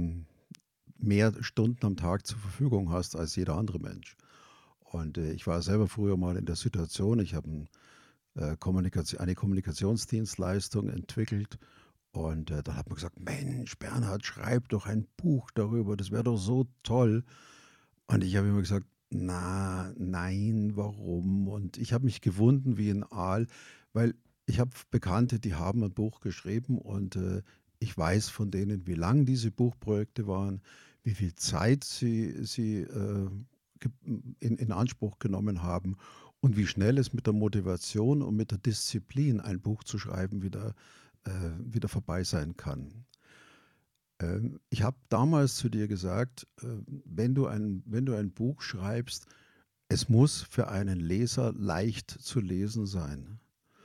mehr Stunden am Tag zur Verfügung hast als jeder andere Mensch. Und ich war selber früher mal in der Situation, ich habe eine Kommunikationsdienstleistung entwickelt und da hat man gesagt, Mensch, Bernhard, schreib doch ein Buch darüber, das wäre doch so toll. Und ich habe immer gesagt, nein, warum? Und ich habe mich gewunden wie ein Aal, weil ich habe Bekannte, die haben ein Buch geschrieben und ich weiß von denen, wie lang diese Buchprojekte waren, wie viel Zeit sie in Anspruch genommen haben und wie schnell es mit der Motivation und mit der Disziplin, ein Buch zu schreiben, wieder vorbei sein kann. Ich habe damals zu dir gesagt, wenn du ein Buch schreibst, es muss für einen Leser leicht zu lesen sein.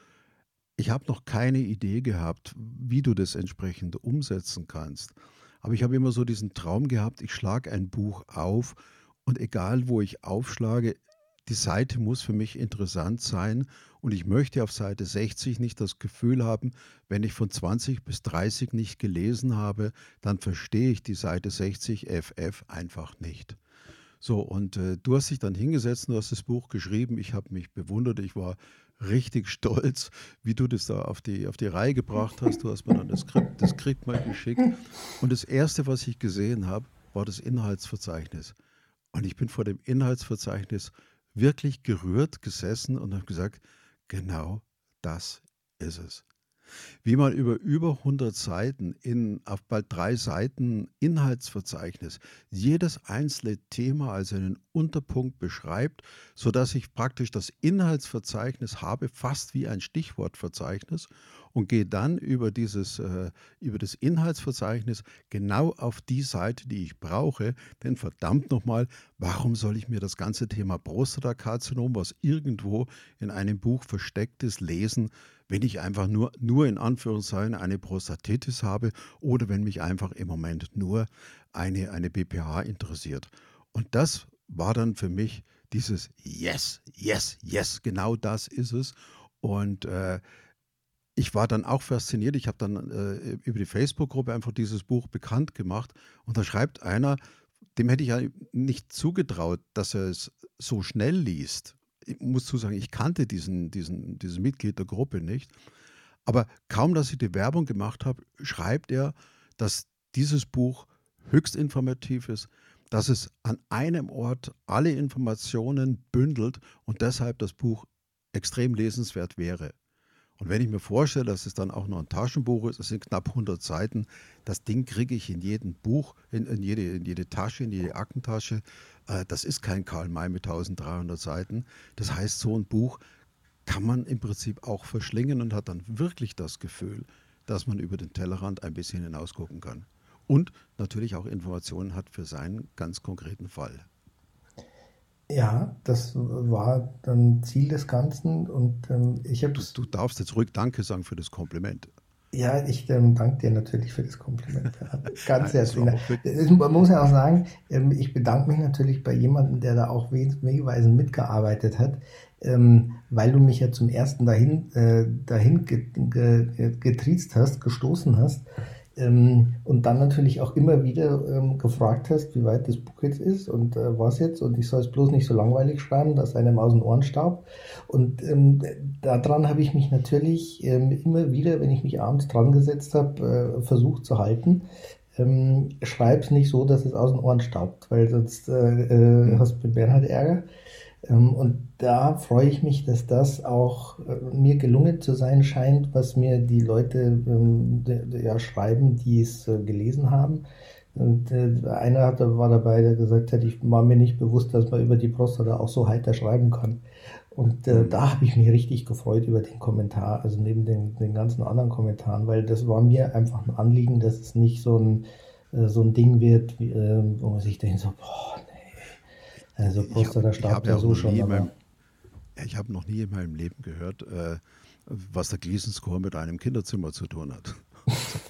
Ich habe noch keine Idee gehabt, wie du das entsprechend umsetzen kannst. Aber ich habe immer so diesen Traum gehabt, ich schlage ein Buch auf und egal wo ich aufschlage, die Seite muss für mich interessant sein und ich möchte auf Seite 60 nicht das Gefühl haben, wenn ich von 20 bis 30 nicht gelesen habe, dann verstehe ich die Seite 60 FF einfach nicht. So, und du hast dich dann hingesetzt und du hast das Buch geschrieben. Ich habe mich bewundert, ich war richtig stolz, wie du das da auf die Reihe gebracht hast. Du hast mir dann das Skript mal geschickt. Und das Erste, was ich gesehen habe, war das Inhaltsverzeichnis. Und ich bin vor dem Inhaltsverzeichnis wirklich gerührt gesessen und habe gesagt, genau das ist es. Wie man über 100 Seiten auf bald 3 Seiten Inhaltsverzeichnis jedes einzelne Thema als einen Unterpunkt beschreibt, sodass ich praktisch das Inhaltsverzeichnis habe, fast wie ein Stichwortverzeichnis und gehe dann über das Inhaltsverzeichnis genau auf die Seite, die ich brauche. Denn verdammt nochmal, warum soll ich mir das ganze Thema Prostatakarzinom, was irgendwo in einem Buch versteckt ist, lesen, wenn ich einfach nur in Anführungszeichen eine Prostatitis habe oder wenn mich einfach im Moment nur eine BPH interessiert. Und das war dann für mich dieses Yes, yes, yes, genau das ist es. Und ich war dann auch fasziniert. Ich habe dann über die Facebook-Gruppe einfach dieses Buch bekannt gemacht und da schreibt einer, dem hätte ich ja nicht zugetraut, dass er es so schnell liest. Ich muss sagen, ich kannte dieses Mitglied der Gruppe nicht. Aber kaum, dass ich die Werbung gemacht habe, schreibt er, dass dieses Buch höchst informativ ist, dass es an einem Ort alle Informationen bündelt und deshalb das Buch extrem lesenswert wäre. Und wenn ich mir vorstelle, dass es dann auch noch ein Taschenbuch ist, es sind knapp 100 Seiten, das Ding kriege ich in jedem Buch, in jede Tasche, in jede Aktentasche. Das ist kein Karl May mit 1300 Seiten. Das heißt, so ein Buch kann man im Prinzip auch verschlingen und hat dann wirklich das Gefühl, dass man über den Tellerrand ein bisschen hinausgucken kann. Und natürlich auch Informationen hat für seinen ganz konkreten Fall. Ja, das war dann Ziel des Ganzen und ich habe Du darfst jetzt ruhig Danke sagen für das Kompliment. Ja, ich danke dir natürlich für das Kompliment. Ja, ganz herzlich. Wirklich... Man muss ja auch sagen, ich bedanke mich natürlich bei jemandem, der da auch wegweisend mitgearbeitet hat, weil du mich ja zum ersten dahin getriezt hast, gestoßen hast. Und dann natürlich auch immer wieder gefragt hast, wie weit das Buch jetzt ist und was jetzt. Und ich soll es bloß nicht so langweilig schreiben, dass einem aus den Ohren staubt. Und daran habe ich mich natürlich immer wieder, wenn ich mich abends dran gesetzt habe, versucht zu halten. Schreib's nicht so, dass es aus den Ohren staubt, weil sonst Hm. hast du mit Bernhard Ärger. Und da freue ich mich, dass das auch mir gelungen zu sein scheint, was mir die Leute ja, schreiben, die es gelesen haben. Und war dabei, der gesagt hat, ich war mir nicht bewusst, dass man über die Prostata auch so heiter schreiben kann. Und Hm. da habe ich mich richtig gefreut über den Kommentar, also neben den ganzen anderen Kommentaren, weil das war mir einfach ein Anliegen, dass es nicht so ein Ding wird, wo man sich denkt, so, boah, nee, also Ich habe Prostata ich hab staubt ja ja auch so noch nie schon, in aber ich habe noch nie in meinem Leben gehört, was der Gleason Score mit einem Kinderzimmer zu tun hat. So.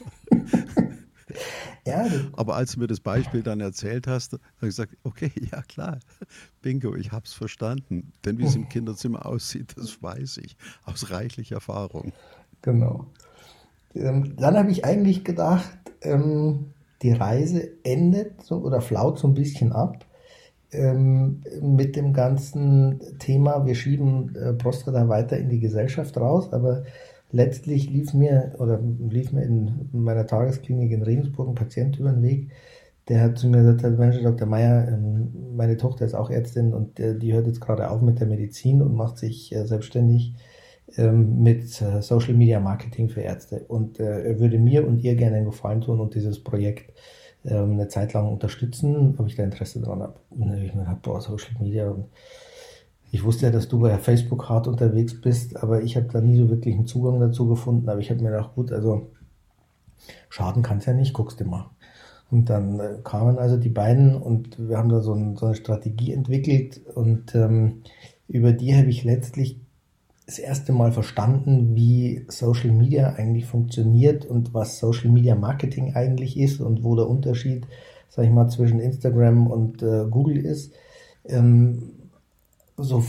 ja, Aber als du mir das Beispiel dann erzählt hast, habe ich gesagt, okay, ja klar, bingo, ich habe es verstanden. Denn wie es im Kinderzimmer aussieht, das weiß ich aus reichlich Erfahrung. genau. Dann habe ich eigentlich gedacht, die Reise endet so oder flaut so ein bisschen ab mit dem ganzen Thema, wir schieben Prostata weiter in die Gesellschaft raus, aber letztlich lief mir in meiner Tagesklinik in Regensburg ein Patient über den Weg, der hat zu mir gesagt, Mensch, Dr. Meier, meine Tochter ist auch Ärztin und die hört jetzt gerade auf mit der Medizin und macht sich selbstständig mit Social Media Marketing für Ärzte. Und er würde mir und ihr gerne einen Gefallen tun und dieses Projekt eine Zeit lang unterstützen, ob ich da Interesse dran habe. Und dann habe ich mir gedacht, boah, Social Media. Und ich wusste ja, dass du bei Facebook hart unterwegs bist, aber ich habe da nie so wirklich einen Zugang dazu gefunden. Aber ich habe mir gedacht, gut, also schaden kann es ja nicht, guckst du mal. Und dann kamen also die beiden und wir haben da so eine Strategie entwickelt und über die habe ich letztlich das erste Mal verstanden, wie Social Media eigentlich funktioniert und was Social Media Marketing eigentlich ist und wo der Unterschied, sag ich mal, zwischen Instagram und Google ist. Ähm, so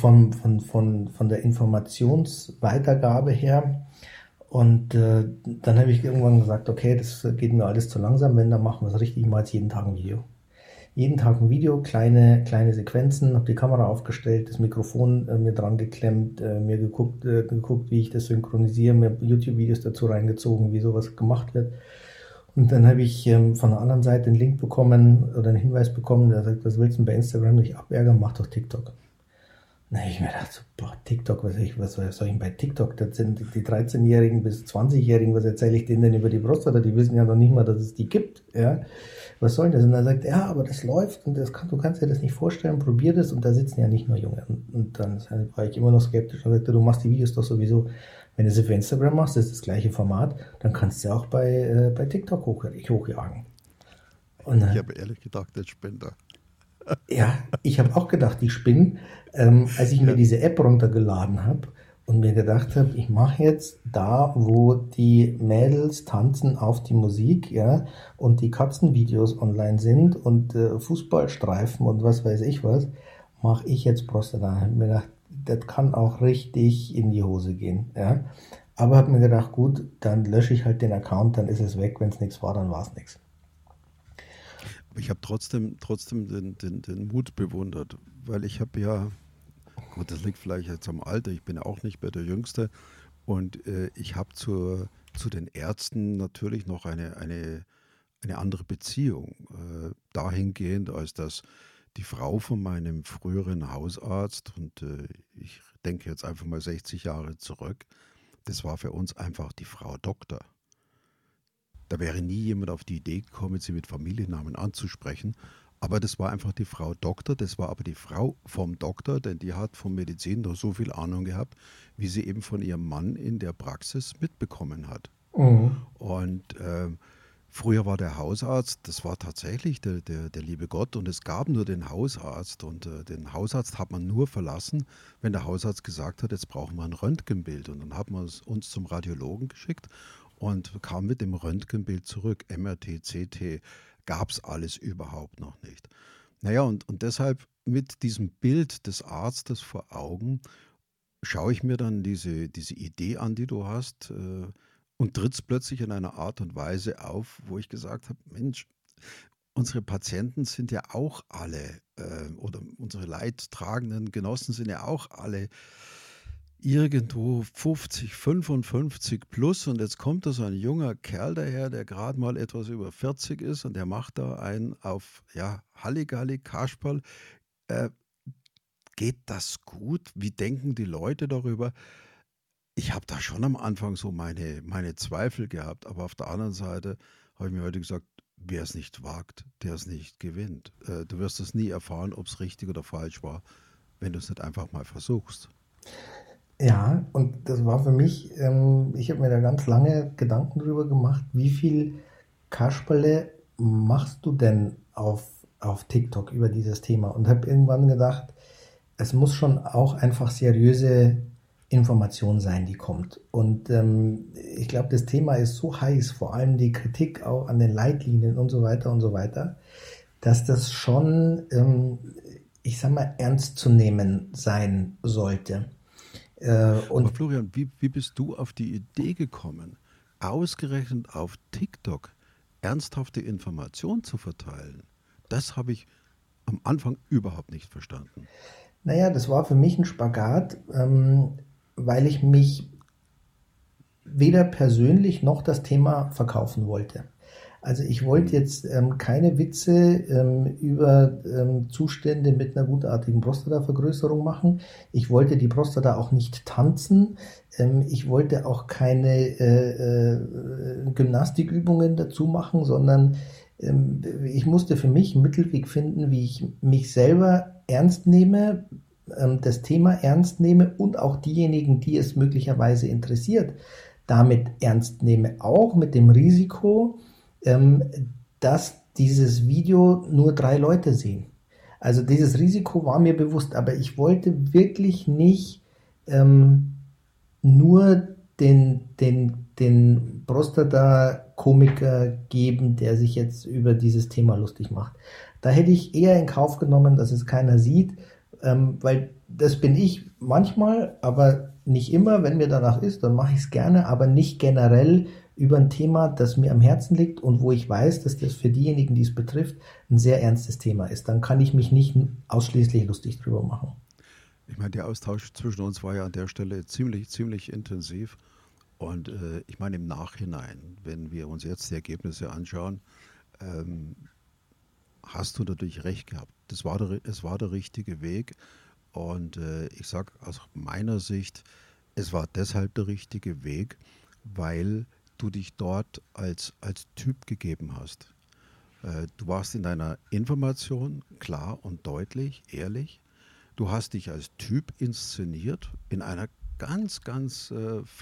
von der Informationsweitergabe her. Und dann habe ich irgendwann gesagt, okay, das geht mir alles zu langsam, wenn, dann machen wir es richtig, mal jetzt jeden Tag ein Video. Jeden Tag ein Video, kleine Sequenzen, habe die Kamera aufgestellt, das Mikrofon mir dran geklemmt, mir geguckt, wie ich das synchronisiere, mir YouTube-Videos dazu reingezogen, wie sowas gemacht wird. Und dann habe ich von der anderen Seite einen Link bekommen oder einen Hinweis bekommen, der sagt, was willst du denn bei Instagram nicht abärgern, mach doch TikTok. Na, ich mir gedacht, so, boah, TikTok, was soll ich denn bei TikTok? Das sind die 13-Jährigen bis 20-Jährigen, was erzähle ich denen denn über die Prostata? Die wissen ja noch nicht mal, dass es die gibt, ja. Was soll das? Und er sagt, ja, aber das läuft und du kannst dir das nicht vorstellen, probier das und da sitzen ja nicht nur Junge. Und dann war ich immer noch skeptisch und sagte, du machst die Videos doch sowieso, wenn du sie für Instagram machst, das ist das gleiche Format, dann kannst du sie auch bei TikTok hochjagen. Und Ich habe ehrlich gedacht, der Spender. ja, ich habe auch gedacht, ich spinne, als ich mir Ja. diese App runtergeladen habe und mir gedacht habe, ich mache jetzt da, wo die Mädels tanzen auf die Musik, ja, und die Katzenvideos online sind und Fußballstreifen und was weiß ich was, mache ich jetzt Prostata. Ich habe mir gedacht, das kann auch richtig in die Hose gehen, ja. Aber habe mir gedacht, gut, dann lösche ich halt den Account, dann ist es weg. Wenn es nichts war, dann war es nichts. Aber ich habe trotzdem den Mut bewundert, weil ich habe ja, gut, das liegt vielleicht jetzt am Alter, ich bin ja auch nicht mehr der Jüngste und ich habe zu den Ärzten natürlich noch eine andere Beziehung, dahingehend, als dass die Frau von meinem früheren Hausarzt, und ich denke jetzt einfach mal 60 Jahre zurück, das war für uns einfach die Frau Doktor. Da wäre nie jemand auf die Idee gekommen, sie mit Familiennamen anzusprechen. Aber das war einfach die Frau Doktor, das war aber die Frau vom Doktor, denn die hat von Medizin noch so viel Ahnung gehabt, wie sie eben von ihrem Mann in der Praxis mitbekommen hat. Mhm. Und früher war der Hausarzt, das war tatsächlich der liebe Gott und es gab nur den Hausarzt. Und den Hausarzt hat man nur verlassen, wenn der Hausarzt gesagt hat, jetzt brauchen wir ein Röntgenbild. Und dann hat man uns zum Radiologen geschickt und kam mit dem Röntgenbild zurück. MRT, CT, gab es alles überhaupt noch nicht. Naja, und deshalb mit diesem Bild des Arztes vor Augen schaue ich mir dann diese Idee an, die du hast. und trittst plötzlich in einer Art und Weise auf, wo ich gesagt habe, Mensch, unsere Patienten sind ja auch alle, oder unsere leidtragenden Genossen sind ja auch alle irgendwo 50, 55 plus, und jetzt kommt da so ein junger Kerl daher, der gerade mal etwas über 40 ist, und der macht da einen auf, ja, Halligalli, Kasperl. Äh, Geht das gut? Wie denken die Leute darüber? Ich habe da schon am Anfang so meine Zweifel gehabt, aber auf der anderen Seite habe ich mir heute gesagt, wer es nicht wagt, der es nicht gewinnt. Du wirst es nie erfahren, ob es richtig oder falsch war, wenn du es nicht einfach mal versuchst. Ja, und das war für mich, ich habe mir da ganz lange Gedanken drüber gemacht, wie viel Kasperle machst du denn auf TikTok über dieses Thema? Und habe irgendwann gedacht, es muss schon auch einfach seriöse Information sein, die kommt. Und ich glaube, das Thema ist so heiß, vor allem die Kritik auch an den Leitlinien und so weiter, dass das schon, ich sag mal, ernst zu nehmen sein sollte. Aber Und Florian, wie bist du auf die Idee gekommen, ausgerechnet auf TikTok ernsthafte Informationen zu verteilen? Das habe ich am Anfang überhaupt nicht verstanden. naja, das war für mich ein Spagat, weil ich mich weder persönlich noch das Thema verkaufen wollte. Also ich wollte Hm. jetzt keine Witze über Zustände mit einer gutartigen Prostatavergrößerung machen. Ich wollte die Prostata auch nicht tanzen. Ich wollte auch keine Gymnastikübungen dazu machen, sondern ich musste für mich einen Mittelweg finden, wie ich mich selber ernst nehme, das Thema ernst nehme und auch diejenigen, die es möglicherweise interessiert, damit ernst nehme. Auch mit dem Risiko, ähm, dass dieses Video nur 3 Leute sehen. Also dieses Risiko war mir bewusst, aber ich wollte wirklich nicht ähm, nur den Prostata-Komiker geben, der sich jetzt über dieses Thema lustig macht. Da hätte ich eher in Kauf genommen, dass es keiner sieht, weil das bin ich manchmal, aber nicht immer. Wenn mir danach ist, dann mache ich es gerne, aber nicht generell über ein Thema, das mir am Herzen liegt und wo ich weiß, dass das für diejenigen, die es betrifft, ein sehr ernstes Thema ist. Dann kann ich mich nicht ausschließlich lustig drüber machen. Ich meine, der Austausch zwischen uns war ja an der Stelle ziemlich intensiv. Und ich meine, im Nachhinein, wenn wir uns jetzt die Ergebnisse anschauen, ähm, hast du natürlich recht gehabt. Es war der richtige Weg. Und ich sage aus meiner Sicht, es war deshalb der richtige Weg, weil du dich dort als Typ gegeben hast. Du warst in deiner Information klar und deutlich, ehrlich. Du hast dich als Typ inszeniert in einer ganz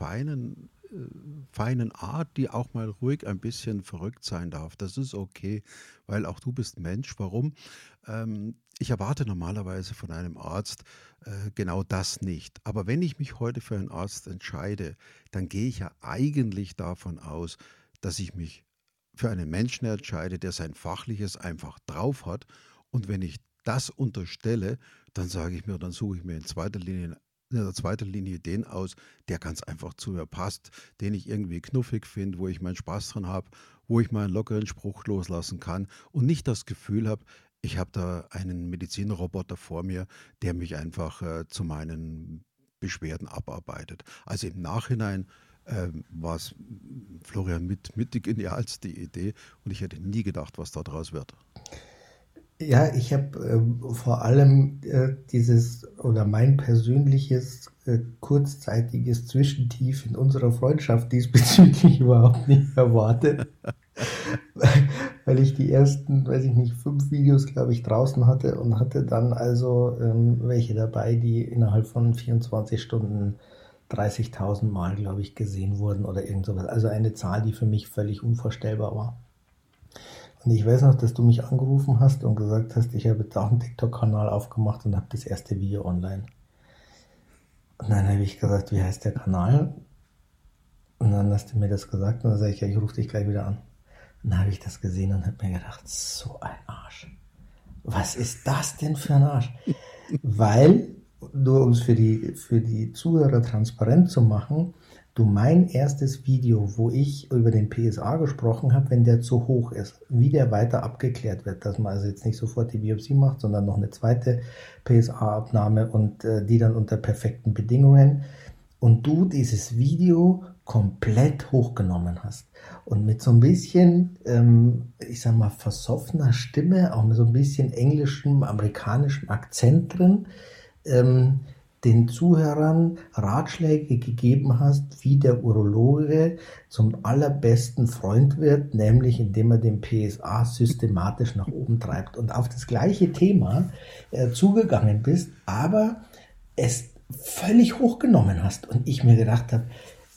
feinen Art, die auch mal ruhig ein bisschen verrückt sein darf. Das ist okay, weil auch du bist Mensch. Warum? Ich erwarte normalerweise von einem Arzt genau das nicht. Aber wenn ich mich heute für einen Arzt entscheide, dann gehe ich ja eigentlich davon aus, dass ich mich für einen Menschen entscheide, der sein Fachliches einfach drauf hat. Und wenn ich das unterstelle, dann sage ich mir, dann suche ich mir in der zweiten Linie den aus, der ganz einfach zu mir passt, den ich irgendwie knuffig finde, wo ich meinen Spaß dran habe, wo ich mal einen lockeren Spruch loslassen kann und nicht das Gefühl habe, ich habe da einen Medizinroboter vor mir, der mich einfach zu meinen Beschwerden abarbeitet. Also im Nachhinein war es Florian mit die genialste Idee, und ich hätte nie gedacht, was daraus wird. Ja, ich habe vor allem dieses oder mein persönliches kurzzeitiges Zwischentief in unserer Freundschaft diesbezüglich überhaupt nicht erwartet, weil ich die ersten, weiß ich nicht, 5 Videos, glaube ich, draußen hatte und hatte dann also welche dabei, die innerhalb von 24 Stunden 30.000 Mal, glaube ich, gesehen wurden oder irgend sowas. Also eine Zahl, die für mich völlig unvorstellbar war. Und ich weiß noch, dass du mich angerufen hast und gesagt hast, ich habe jetzt auch einen TikTok-Kanal aufgemacht und habe das erste Video online. Und dann habe ich gesagt, wie heißt der Kanal? Und dann hast du mir das gesagt und dann sage ich, ja, ich rufe dich gleich wieder an. Und dann habe ich das gesehen und habe mir gedacht, so ein Arsch. Was ist das denn für ein Arsch? Weil, nur um es für die Zuhörer transparent zu machen, du mein erstes Video, wo ich über den PSA gesprochen habe, wenn der zu hoch ist, wie der weiter abgeklärt wird, dass man also jetzt nicht sofort die Biopsie macht, sondern noch eine zweite PSA-Abnahme und die dann unter perfekten Bedingungen, und du dieses Video komplett hochgenommen hast und mit so ein bisschen, ich sag mal, versoffener Stimme, auch mit so ein bisschen englischem, amerikanischem Akzent drin, den Zuhörern Ratschläge gegeben hast, wie der Urologe zum allerbesten Freund wird, nämlich indem er den PSA systematisch nach oben treibt, und auf das gleiche Thema zugegangen bist, aber es völlig hochgenommen hast, und ich mir gedacht habe,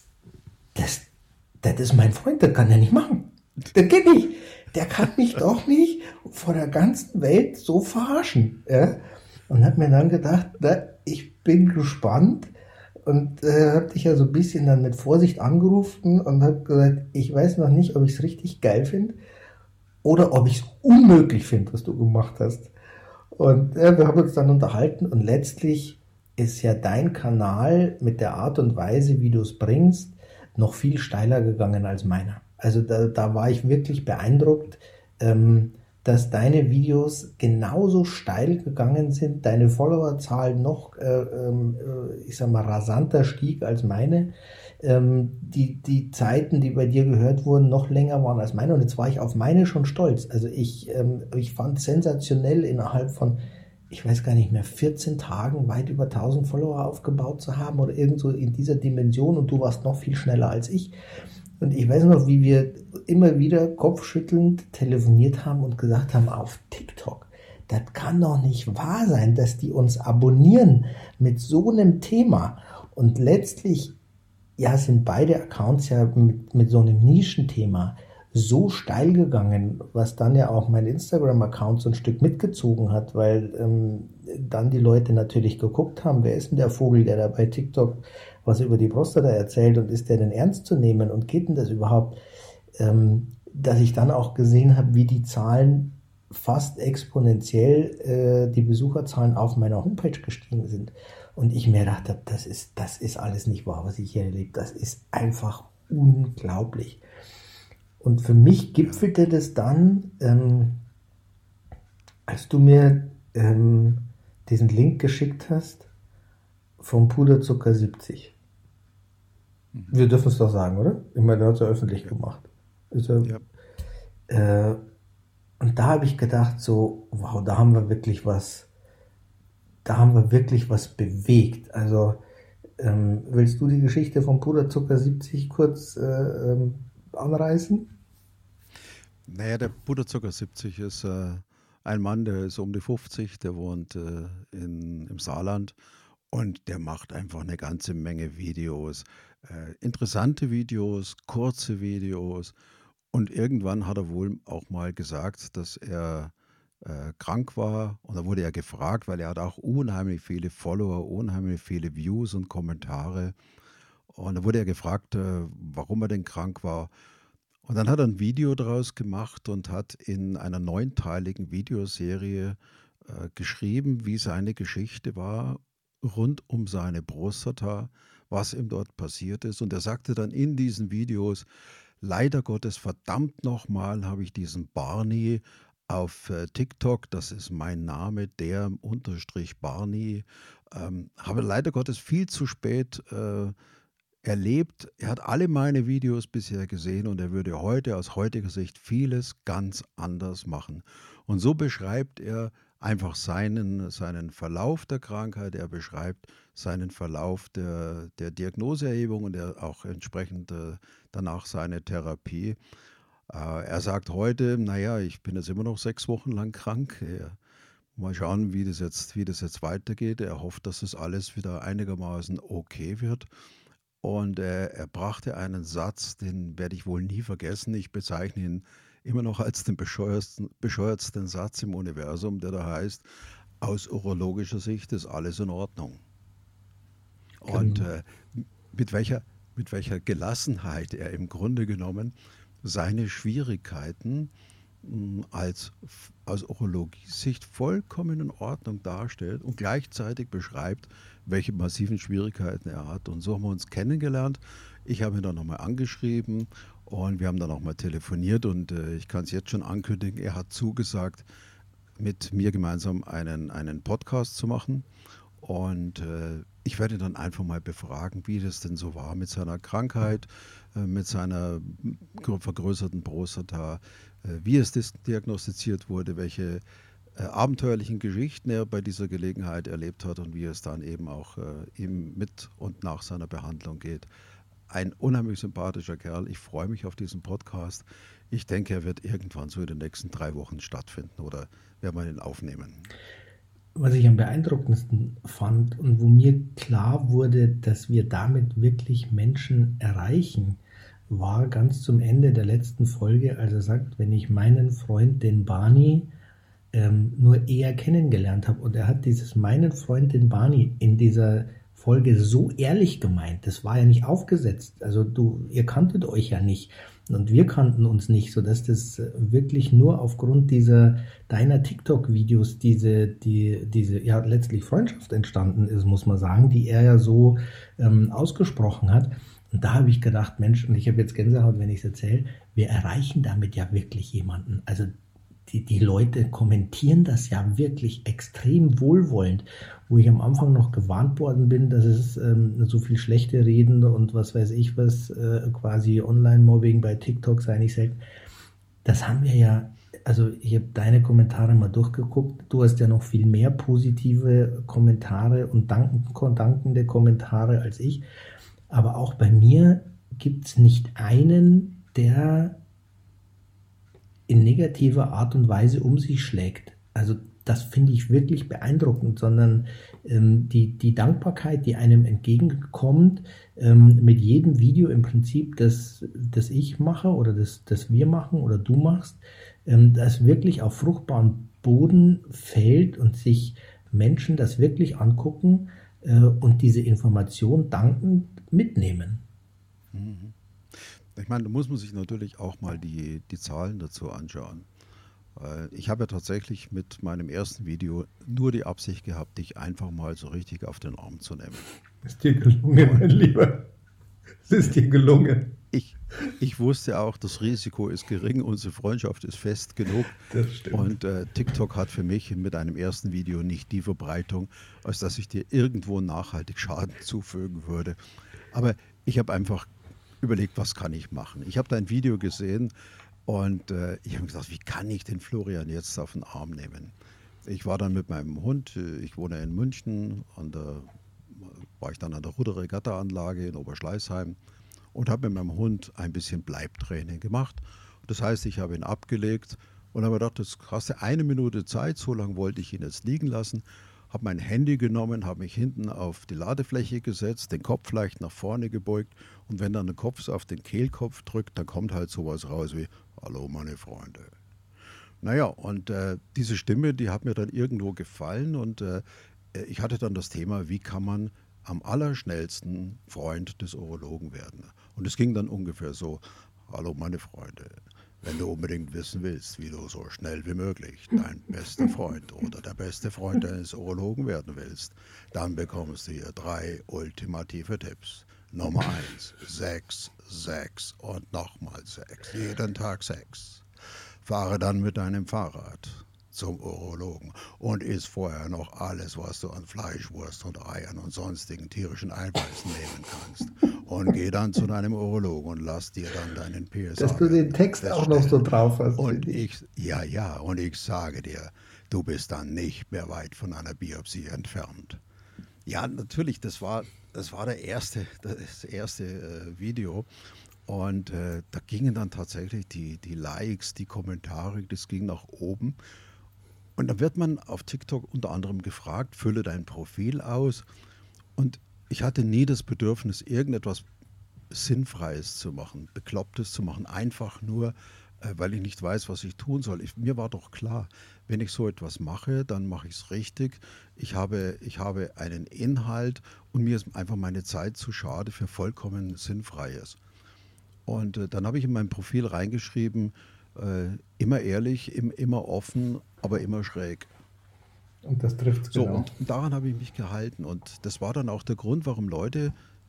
das ist mein Freund, das kann er nicht machen. Das geht nicht. Der kann mich doch nicht vor der ganzen Welt so verarschen. Ja? Und habe mir dann gedacht, ich bin gespannt, und habe dich ja so ein bisschen dann mit Vorsicht angerufen und habe gesagt, ich weiß noch nicht, ob ich es richtig geil finde oder ob ich es unmöglich finde, was du gemacht hast. Und wir haben uns dann unterhalten, und letztlich ist ja dein Kanal mit der Art und Weise, wie du es bringst, noch viel steiler gegangen als meiner. Also da war ich wirklich beeindruckt, dass deine Videos genauso steil gegangen sind, deine Followerzahl noch, ich sag mal, rasanter stieg als meine, die Zeiten, die bei dir gehört wurden, noch länger waren als meine, und jetzt war ich auf meine schon stolz. Also ich fand sensationell, innerhalb von, ich weiß gar nicht mehr, 14 Tagen weit über 1000 Follower aufgebaut zu haben oder irgend so in dieser Dimension, und du warst noch viel schneller als ich. Und ich weiß noch, wie wir immer wieder kopfschüttelnd telefoniert haben und gesagt haben, auf TikTok, das kann doch nicht wahr sein, dass die uns abonnieren mit so einem Thema. Und letztlich, ja, sind beide Accounts ja mit so einem Nischenthema so steil gegangen, was dann ja auch mein Instagram-Account so ein Stück mitgezogen hat, weil dann die Leute natürlich geguckt haben, wer ist denn der Vogel, der da bei TikTok was über die Prostata erzählt, und ist der denn ernst zu nehmen und geht denn das überhaupt? Dass ich dann auch gesehen habe, wie die Zahlen fast exponentiell, die Besucherzahlen auf meiner Homepage gestiegen sind. Und ich mir gedacht habe, das ist alles nicht wahr, was ich hier erlebe. Das ist einfach unglaublich. Und für mich gipfelte das dann, als du mir diesen Link geschickt hast vom Puderzucker 70. Wir dürfen es doch sagen, oder? Ich meine, der hat es ja öffentlich gemacht. Ist ja, und da habe ich gedacht, so, wow, da haben wir wirklich was bewegt. Also, willst du die Geschichte vom Puderzucker 70 kurz anreißen? Naja, der Puderzucker 70 ist ein Mann, der ist um die 50, der wohnt im Saarland, und der macht einfach eine ganze Menge Videos. Interessante Videos, kurze Videos. Und irgendwann hat er wohl auch mal gesagt, dass er krank war. Und da wurde er gefragt, weil er hat auch unheimlich viele Follower, unheimlich viele Views und Kommentare. Und da wurde er gefragt, warum er denn krank war. Und dann hat er ein Video daraus gemacht und hat in einer 9-teiligen Videoserie geschrieben, wie seine Geschichte war rund um seine Prostata, was ihm dort passiert ist. Und er sagte dann in diesen Videos, leider Gottes, verdammt nochmal, habe ich diesen Barney auf TikTok, das ist mein Name, der Unterstrich Barney, habe leider Gottes viel zu spät erlebt. Er hat alle meine Videos bisher gesehen, und er würde heute aus heutiger Sicht vieles ganz anders machen. Und so beschreibt er einfach seinen Verlauf der Krankheit, er beschreibt seinen Verlauf der Diagnoseerhebung und auch entsprechend danach seine Therapie. Er sagt heute, naja, ich bin jetzt immer noch 6 Wochen lang krank. Mal schauen, wie das jetzt weitergeht. Er hofft, dass es alles wieder einigermaßen okay wird. Und er brachte einen Satz, den werde ich wohl nie vergessen. Ich bezeichne ihn immer noch als den bescheuertsten Satz im Universum, der da heißt, aus urologischer Sicht ist alles in Ordnung. Und mit welcher Gelassenheit er im Grunde genommen seine Schwierigkeiten aus Urologie-Sicht vollkommen in Ordnung darstellt und gleichzeitig beschreibt, welche massiven Schwierigkeiten er hat. Und so haben wir uns kennengelernt. Ich habe ihn dann nochmal angeschrieben und wir haben dann auch mal telefoniert und ich kann es jetzt schon ankündigen, er hat zugesagt, mit mir gemeinsam einen Podcast zu machen. Und ich werde dann einfach mal befragen, wie das denn so war mit seiner Krankheit, mit seiner vergrößerten Prostata, wie es diagnostiziert wurde, welche abenteuerlichen Geschichten er bei dieser Gelegenheit erlebt hat und wie es dann eben auch ihm mit und nach seiner Behandlung geht. Ein unheimlich sympathischer Kerl. Ich freue mich auf diesen Podcast. Ich denke, er wird irgendwann so in den nächsten 3 Wochen stattfinden oder werden wir ihn aufnehmen. Was ich am beeindruckendsten fand und wo mir klar wurde, dass wir damit wirklich Menschen erreichen, war ganz zum Ende der letzten Folge, als er sagt, wenn ich meinen Freund, den Barney, nur eher kennengelernt habe. Und er hat dieses meinen Freund, den Barney, in dieser Folge so ehrlich gemeint. Das war ja nicht aufgesetzt. Also ihr kanntet euch ja nicht. Und wir kannten uns nicht, sodass das wirklich nur aufgrund deiner TikTok-Videos diese ja letztlich Freundschaft entstanden ist, muss man sagen, die er ja so ausgesprochen hat. Und da habe ich gedacht, Mensch, und ich habe jetzt Gänsehaut, wenn ich es erzähle, wir erreichen damit ja wirklich jemanden. Also die Leute kommentieren das ja wirklich extrem wohlwollend, wo ich am Anfang noch gewarnt worden bin, dass es so viel schlechte Reden und was weiß ich was, quasi Online-Mobbing bei TikTok sei nicht selten. Das haben wir ja, also ich habe deine Kommentare mal durchgeguckt, du hast ja noch viel mehr positive Kommentare und dankende Kommentare als ich, aber auch bei mir gibt es nicht einen, der in negativer Art und Weise um sich schlägt. Also das finde ich wirklich beeindruckend, sondern die Dankbarkeit, die einem entgegenkommt, mit jedem Video im Prinzip, das ich mache oder das wir machen oder du machst, das wirklich auf fruchtbaren Boden fällt und sich Menschen das wirklich angucken und diese Information dankend mitnehmen. Mhm. Ich meine, da muss man sich natürlich auch mal die Zahlen dazu anschauen. Ich habe ja tatsächlich mit meinem ersten Video nur die Absicht gehabt, dich einfach mal so richtig auf den Arm zu nehmen. Ist dir gelungen, mein Lieber. Es ist dir gelungen. Ich wusste auch, das Risiko ist gering, unsere Freundschaft ist fest genug. Das stimmt. Und TikTok hat für mich mit einem ersten Video nicht die Verbreitung, als dass ich dir irgendwo nachhaltig Schaden zufügen würde. Aber ich habe einfach überlegt, was kann ich machen. Ich habe dein Video gesehen und ich habe gesagt, wie kann ich den Florian jetzt auf den Arm nehmen? Ich war dann mit meinem Hund, ich wohne in München, war ich dann an der Ruderregatta-Anlage in Oberschleißheim und habe mit meinem Hund ein bisschen Bleibtraining gemacht. Das heißt, ich habe ihn abgelegt und habe gedacht, jetzt hast du 1 Minute Zeit, so lange wollte ich ihn jetzt liegen lassen. Habe mein Handy genommen, habe mich hinten auf die Ladefläche gesetzt, den Kopf leicht nach vorne gebeugt und wenn dann der Kopf auf den Kehlkopf drückt, dann kommt halt sowas raus wie „Hallo meine Freunde". Naja, und diese Stimme, die hat mir dann irgendwo gefallen und ich hatte dann das Thema, wie kann man am allerschnellsten Freund des Urologen werden. Und es ging dann ungefähr so: „Hallo meine Freunde. Wenn du unbedingt wissen willst, wie du so schnell wie möglich dein bester Freund oder der beste Freund deines Urologen werden willst, dann bekommst du hier 3 ultimative Tipps. Nummer 1, Sex, Sex und nochmal Sex. Jeden Tag Sex. Fahre dann mit deinem Fahrrad zum Urologen und iss vorher noch alles, was du an Fleisch, Wurst und Eiern und sonstigen tierischen Eiweißen nehmen kannst. Und geh dann zu deinem Urologen und lass dir dann deinen PSA. Dass du den Text auch noch so drauf hast. Und ich sage dir, du bist dann nicht mehr weit von einer Biopsie entfernt. Ja, natürlich, das war das erste Video. Und da gingen dann tatsächlich die Likes, die Kommentare, das ging nach oben. Und dann wird man auf TikTok unter anderem gefragt, fülle dein Profil aus. Und ich hatte nie das Bedürfnis, irgendetwas Sinnfreies zu machen, Beklopptes zu machen, einfach nur, weil ich nicht weiß, was ich tun soll. Mir war doch klar, wenn ich so etwas mache, dann mache ich es richtig. Ich habe einen Inhalt und mir ist einfach meine Zeit zu schade für vollkommen Sinnfreies. Und dann habe ich in mein Profil reingeschrieben, immer ehrlich, immer offen, aber immer schräg. Und das trifft es So, genau. und daran habe ich mich gehalten. Und das war dann auch der Grund, warum Leute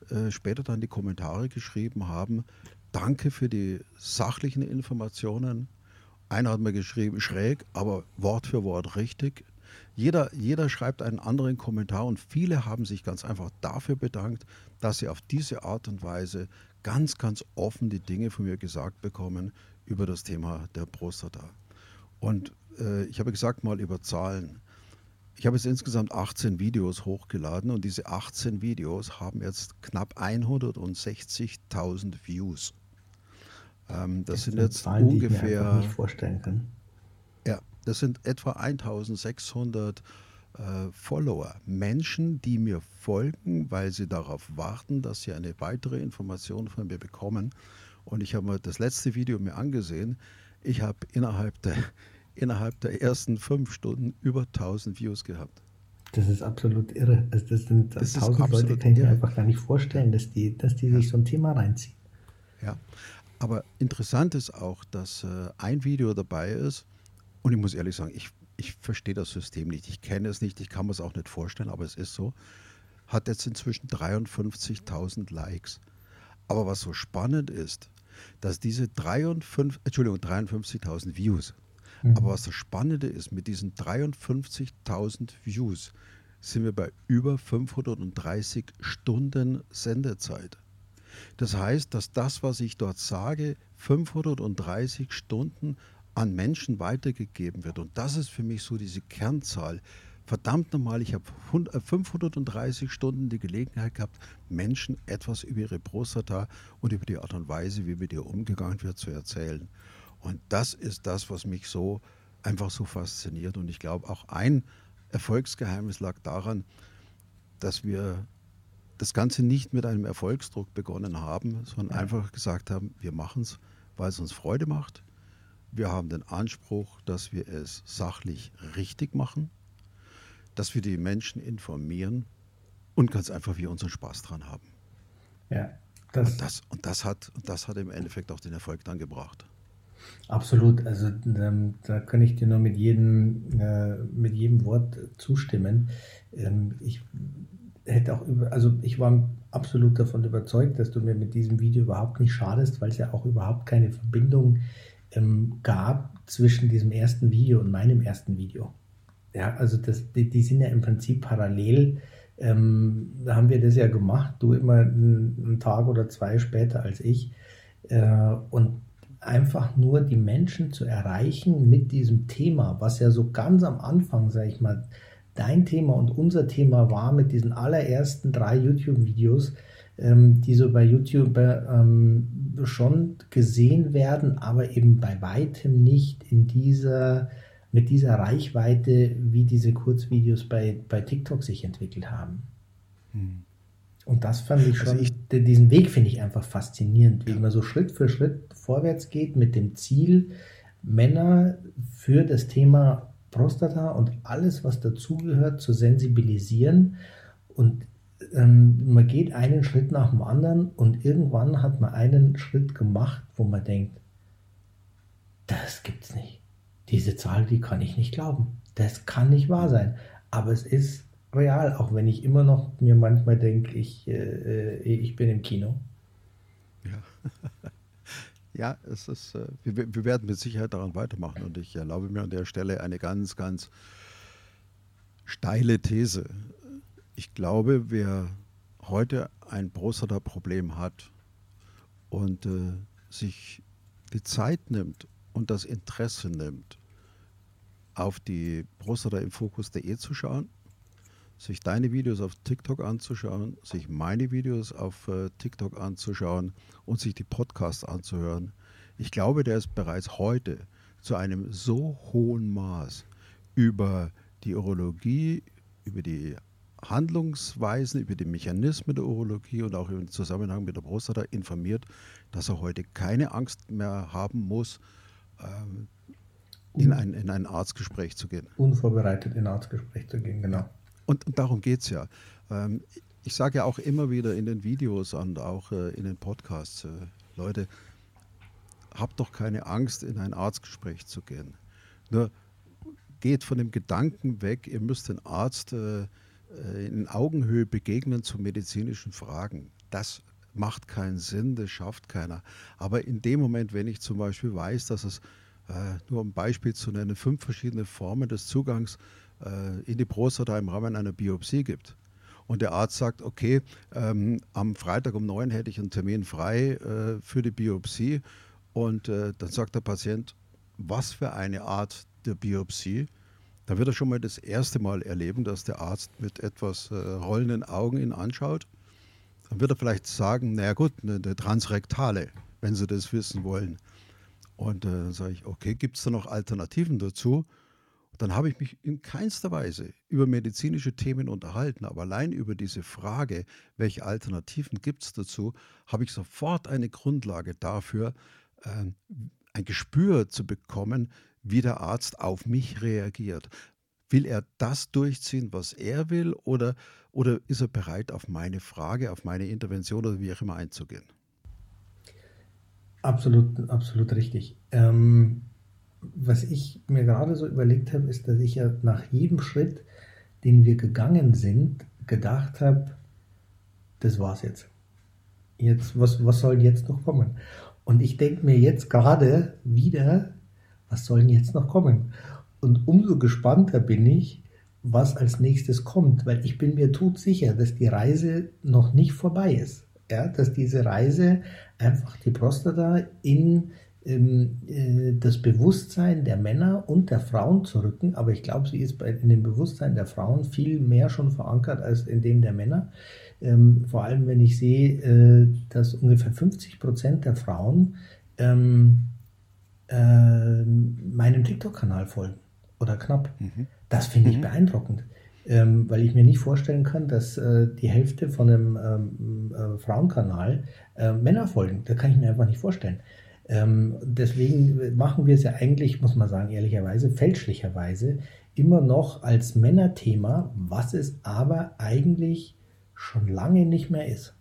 später dann die Kommentare geschrieben haben, danke für die sachlichen Informationen. Einer hat mir geschrieben, schräg, aber Wort für Wort richtig. Jeder schreibt einen anderen Kommentar und viele haben sich ganz einfach dafür bedankt, dass sie auf diese Art und Weise ganz, ganz offen die Dinge von mir gesagt bekommen über das Thema der Prostata. Und ich habe gesagt mal über Zahlen. Ich habe jetzt insgesamt 18 Videos hochgeladen und diese 18 Videos haben jetzt knapp 160.000 Views. Das sind jetzt Zahlen, die ich mir einfach nicht vorstellen kann. Ja, das sind etwa 1600 Follower, Menschen, die mir folgen, weil sie darauf warten, dass sie eine weitere Information von mir bekommen. Und ich habe mir das letzte Video mir angesehen. Ich habe innerhalb der ersten 5 Stunden über 1000 Views gehabt. Das ist absolut irre. Also das sind 1000 Leute, kann ich mir einfach gar nicht vorstellen, dass die sich so ein Thema reinziehen. Ja, aber interessant ist auch, dass ein Video dabei ist, und ich muss ehrlich sagen, ich verstehe das System nicht, ich kenne es nicht, ich kann mir es auch nicht vorstellen, aber es ist so, hat jetzt inzwischen 53.000 Likes. Aber was so spannend ist, dass diese 53.000 Views, aber was das Spannende ist, mit diesen 53.000 Views sind wir bei über 530 Stunden Sendezeit. Das heißt, dass das, was ich dort sage, 530 Stunden an Menschen weitergegeben wird. Und das ist für mich so diese Kernzahl. Verdammt nochmal, ich habe 530 Stunden die Gelegenheit gehabt, Menschen etwas über ihre Prostata und über die Art und Weise, wie mit ihr umgegangen wird, zu erzählen. Und das ist das, was mich so einfach so fasziniert. Und ich glaube, auch ein Erfolgsgeheimnis lag daran, dass wir das Ganze nicht mit einem Erfolgsdruck begonnen haben, sondern einfach gesagt haben, wir machen es, weil es uns Freude macht. Wir haben den Anspruch, dass wir es sachlich richtig machen, dass wir die Menschen informieren und ganz einfach wir unseren Spaß dran haben. Ja, das hat im Endeffekt auch den Erfolg dann gebracht. Absolut, also da kann ich dir nur mit jedem Wort zustimmen. Ich war absolut davon überzeugt, dass du mir mit diesem Video überhaupt nicht schadest, weil es ja auch überhaupt keine Verbindung gab zwischen diesem ersten Video und meinem ersten Video. Ja, also die sind ja im Prinzip parallel. Da haben wir das ja gemacht, du immer einen Tag oder 2 später als ich. Und einfach nur die Menschen zu erreichen mit diesem Thema, was ja so ganz am Anfang, sag ich mal, dein Thema und unser Thema war mit diesen allerersten 3 YouTube-Videos, die so bei YouTube schon gesehen werden, aber eben bei weitem nicht mit dieser Reichweite, wie diese Kurzvideos bei TikTok sich entwickelt haben. Und das fand ich schon, diesen Weg finde ich einfach faszinierend, wie man so Schritt für Schritt vorwärts geht mit dem Ziel, Männer für das Thema Prostata und alles, was dazugehört, zu sensibilisieren. Und man geht einen Schritt nach dem anderen und irgendwann hat man einen Schritt gemacht, wo man denkt, das gibt's nicht. Diese Zahl, die kann ich nicht glauben. Das kann nicht wahr sein. Aber es ist real, auch wenn ich immer noch mir manchmal denke, ich bin im Kino. Ja, ja, wir werden mit Sicherheit daran weitermachen und ich erlaube mir an der Stelle eine ganz, ganz steile These. Ich glaube, wer heute ein Prostata-Problem hat und sich die Zeit nimmt und das Interesse nimmt, auf die prostatainfokus.de zu schauen, sich deine Videos auf TikTok anzuschauen, sich meine Videos auf TikTok anzuschauen und sich die Podcasts anzuhören. Ich glaube, der ist bereits heute zu einem so hohen Maß über die Urologie, über die Handlungsweisen, über die Mechanismen der Urologie und auch im Zusammenhang mit der Prostata informiert, dass er heute keine Angst mehr haben muss, in ein Arztgespräch zu gehen. Unvorbereitet in ein Arztgespräch zu gehen, genau. Und darum geht es ja. Ich sage ja auch immer wieder in den Videos und auch in den Podcasts, Leute, habt doch keine Angst, in ein Arztgespräch zu gehen. Nur geht von dem Gedanken weg, ihr müsst den Arzt in Augenhöhe begegnen zu medizinischen Fragen. das macht keinen Sinn, das schafft keiner. Aber in dem Moment, wenn ich zum Beispiel weiß, dass es, nur um ein Beispiel zu nennen, 5 verschiedene Formen des Zugangs in die Prostata im Rahmen einer Biopsie gibt, und der Arzt sagt, okay, am Freitag um 9 hätte ich einen Termin frei für die Biopsie. Und dann sagt der Patient, was für eine Art der Biopsie. Da wird er schon mal das erste Mal erleben, dass der Arzt mit etwas rollenden Augen ihn anschaut. Dann wird er vielleicht sagen, naja gut, eine transrektale, wenn Sie das wissen wollen. Und dann sage ich, okay, gibt es da noch Alternativen dazu? Dann habe ich mich in keinster Weise über medizinische Themen unterhalten, aber allein über diese Frage, welche Alternativen gibt es dazu, habe ich sofort eine Grundlage dafür, ein Gespür zu bekommen, wie der Arzt auf mich reagiert. Will er das durchziehen, was er will, oder ist er bereit, auf meine Frage, auf meine Intervention oder wie auch immer einzugehen? Absolut, absolut richtig. Was ich mir gerade so überlegt habe, ist, dass ich ja nach jedem Schritt, den wir gegangen sind, gedacht habe, das war's jetzt. Was soll jetzt noch kommen? Und ich denke mir jetzt gerade wieder, was soll denn jetzt noch kommen? Und umso gespannter bin ich, was als nächstes kommt, weil ich bin mir todsicher, dass die Reise noch nicht vorbei ist. Ja, dass diese Reise einfach die Prostata in das Bewusstsein der Männer und der Frauen zu rücken, aber ich glaube, sie ist in dem Bewusstsein der Frauen viel mehr schon verankert als in dem der Männer. Vor allem, wenn ich sehe, dass ungefähr 50% der Frauen meinem TikTok-Kanal folgen oder knapp. Das finde ich beeindruckend, weil ich mir nicht vorstellen kann, dass die Hälfte von einem Frauenkanal Männer folgen. Das kann ich mir einfach nicht vorstellen. Deswegen machen wir es ja eigentlich, muss man sagen, ehrlicherweise, fälschlicherweise, immer noch als Männerthema, was es aber eigentlich schon lange nicht mehr ist.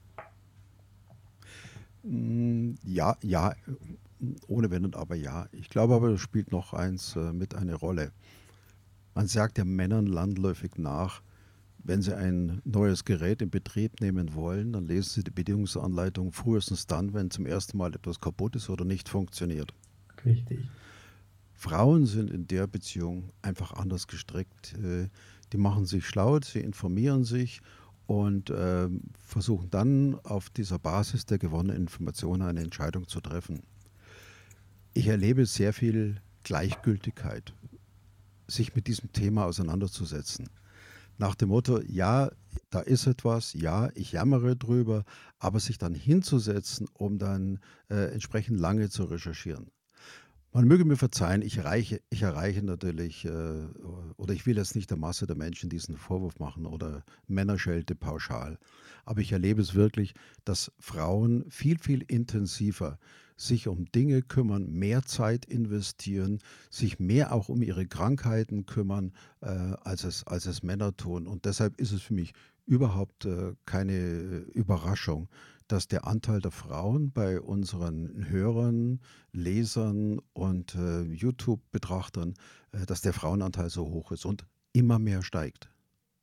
Ja, ohne Wenn und Aber ja. Ich glaube aber, das spielt noch eins mit eine Rolle. Man sagt ja Männern landläufig nach, wenn sie ein neues Gerät in Betrieb nehmen wollen, dann lesen sie die Bedienungsanleitung frühestens dann, wenn zum ersten Mal etwas kaputt ist oder nicht funktioniert. Richtig. Frauen sind in der Beziehung einfach anders gestrickt. Die machen sich schlau, sie informieren sich und versuchen dann auf dieser Basis der gewonnenen Informationen eine Entscheidung zu treffen. Ich erlebe sehr viel Gleichgültigkeit, sich mit diesem Thema auseinanderzusetzen. Nach dem Motto, ja, da ist etwas, ja, ich jammere drüber, aber sich dann hinzusetzen, um dann entsprechend lange zu recherchieren. Man möge mir verzeihen, ich erreiche natürlich, oder ich will jetzt nicht der Masse der Menschen diesen Vorwurf machen oder Männerschelte pauschal, aber ich erlebe es wirklich, dass Frauen viel, viel intensiver sich um Dinge kümmern, mehr Zeit investieren, sich mehr auch um ihre Krankheiten kümmern, als es Männer tun. Und deshalb ist es für mich überhaupt keine Überraschung, dass der Anteil der Frauen bei unseren Hörern, Lesern und YouTube-Betrachtern, dass der Frauenanteil so hoch ist und immer mehr steigt.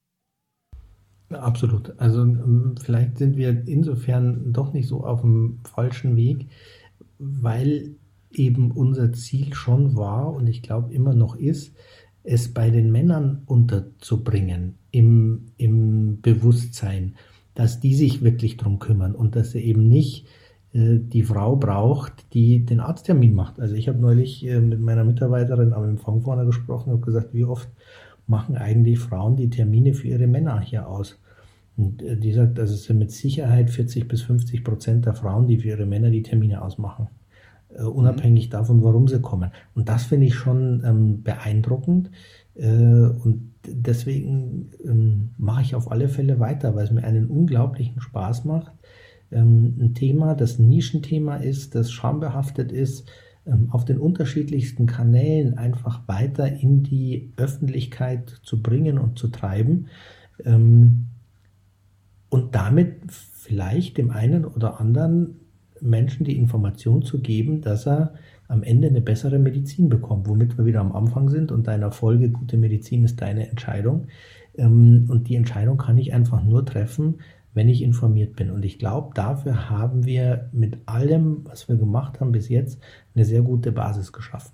Ja, absolut. Also vielleicht sind wir insofern doch nicht so auf dem falschen Weg, weil eben unser Ziel schon war und ich glaube immer noch ist, es bei den Männern unterzubringen im Bewusstsein, dass die sich wirklich drum kümmern und dass sie eben nicht die Frau braucht, die den Arzttermin macht. Also ich habe neulich mit meiner Mitarbeiterin am Empfang vorne gesprochen und gesagt, wie oft machen eigentlich Frauen die Termine für ihre Männer hier aus? Und die sagt, also es sind mit Sicherheit 40-50% der Frauen, die für ihre Männer die Termine ausmachen. Unabhängig davon, warum sie kommen. Und das finde ich schon beeindruckend. Und deswegen mache ich auf alle Fälle weiter, weil es mir einen unglaublichen Spaß macht. Ein Thema, das ein Nischenthema ist, das schambehaftet ist, auf den unterschiedlichsten Kanälen einfach weiter in die Öffentlichkeit zu bringen und zu treiben. Und damit vielleicht dem einen oder anderen Menschen die Information zu geben, dass er am Ende eine bessere Medizin bekommt, womit wir wieder am Anfang sind und deiner Folge, gute Medizin ist deine Entscheidung. Und die Entscheidung kann ich einfach nur treffen, wenn ich informiert bin. Und ich glaube, dafür haben wir mit allem, was wir gemacht haben bis jetzt, eine sehr gute Basis geschaffen.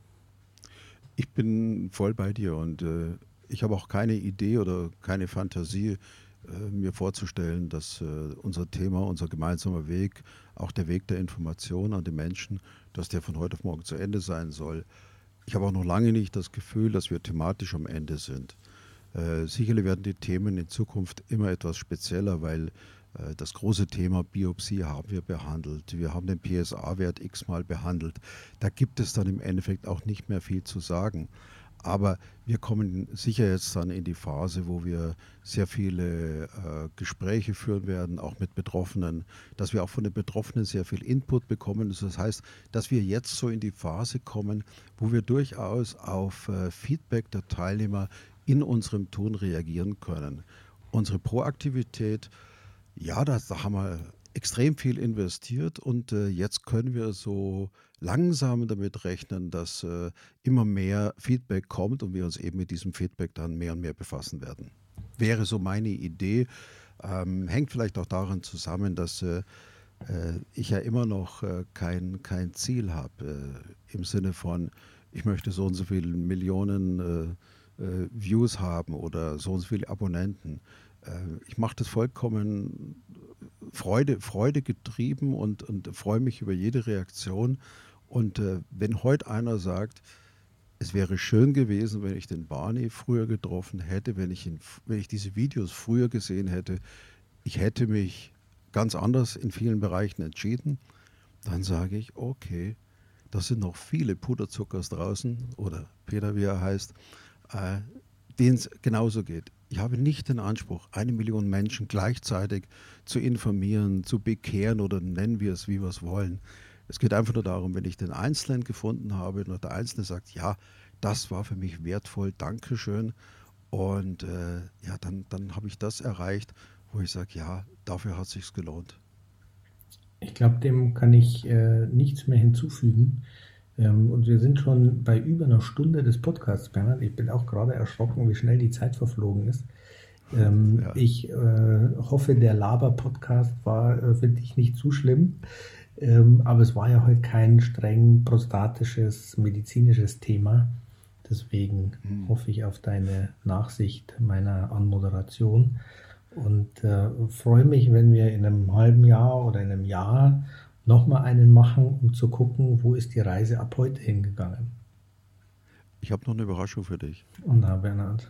Ich bin voll bei dir und ich habe auch keine Idee oder keine Fantasie, mir vorzustellen, dass unser Thema, unser gemeinsamer Weg, auch der Weg der Information an die Menschen, dass der von heute auf morgen zu Ende sein soll. Ich habe auch noch lange nicht das Gefühl, dass wir thematisch am Ende sind. Sicherlich werden die Themen in Zukunft immer etwas spezieller, weil das große Thema Biopsie haben wir behandelt. Wir haben den PSA-Wert x-mal behandelt. Da gibt es dann im Endeffekt auch nicht mehr viel zu sagen. Aber wir kommen sicher jetzt dann in die Phase, wo wir sehr viele Gespräche führen werden, auch mit Betroffenen, dass wir auch von den Betroffenen sehr viel Input bekommen. Das heißt, dass wir jetzt so in die Phase kommen, wo wir durchaus auf Feedback der Teilnehmer in unserem Tun reagieren können. Unsere Proaktivität, ja, da haben wir extrem viel investiert und jetzt können wir so langsam damit rechnen, dass immer mehr Feedback kommt und wir uns eben mit diesem Feedback dann mehr und mehr befassen werden. Wäre so meine Idee, hängt vielleicht auch daran zusammen, dass ich ja immer noch kein Ziel habe im Sinne von, ich möchte so und so viele Millionen Views haben oder so und so viele Abonnenten. Ich mache das vollkommen Freude getrieben und freue mich über jede Reaktion. Und wenn heute einer sagt, es wäre schön gewesen, wenn ich den Barney früher getroffen hätte, wenn ich diese Videos früher gesehen hätte, ich hätte mich ganz anders in vielen Bereichen entschieden, dann sage ich, okay, das sind noch viele Puderzuckers draußen oder Peter, wie er heißt, denen es genauso geht. Ich habe nicht den Anspruch, 1 Million Menschen gleichzeitig zu informieren, zu bekehren oder nennen wir es, wie wir es wollen. Es geht einfach nur darum, wenn ich den Einzelnen gefunden habe und der Einzelne sagt, ja, das war für mich wertvoll, Dankeschön. Und ja, dann habe ich das erreicht, wo ich sage, ja, dafür hat es sich gelohnt. Ich glaube, dem kann ich nichts mehr hinzufügen. Und wir sind schon bei über einer Stunde des Podcasts, Bernhard. Ich bin auch gerade erschrocken, wie schnell die Zeit verflogen ist. Ja. Ich hoffe, der Laber-Podcast war für dich nicht zu schlimm. Aber es war ja heute kein streng prostatisches, medizinisches Thema. Deswegen hoffe ich auf deine Nachsicht meiner Anmoderation und freue mich, wenn wir in einem halben Jahr oder in einem Jahr nochmal einen machen, um zu gucken, wo ist die Reise ab heute hingegangen. Ich habe noch eine Überraschung für dich. Und da, Bernhard.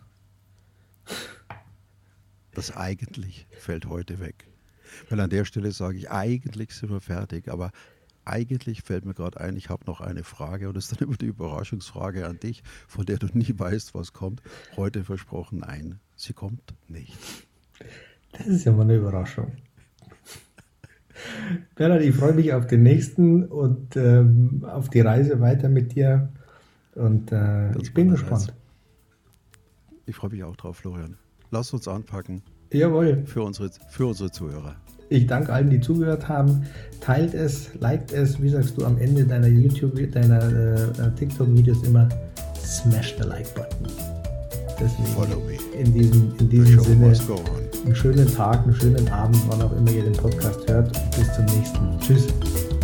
Das eigentlich fällt heute weg. Weil an der Stelle sage ich, eigentlich sind wir fertig, aber eigentlich fällt mir gerade ein, ich habe noch eine Frage und das ist dann immer die Überraschungsfrage an dich, von der du nie weißt, was kommt. Heute versprochen, nein, sie kommt nicht. Das ist ja mal eine Überraschung. Bernhard, ich freue mich auf den nächsten und auf die Reise weiter mit dir und ich bin gespannt. Ich freue mich auch drauf, Florian. Lass uns anpacken. Jawohl. Für unsere Zuhörer. Ich danke allen, die zugehört haben. Teilt es, liked es. Wie sagst du am Ende deiner TikTok-Videos immer? Smash the Like-Button. Deswegen Follow me. In diesem Sinne, einen schönen Tag, einen schönen Abend, wann auch immer ihr den Podcast hört. Bis zum nächsten. Tschüss.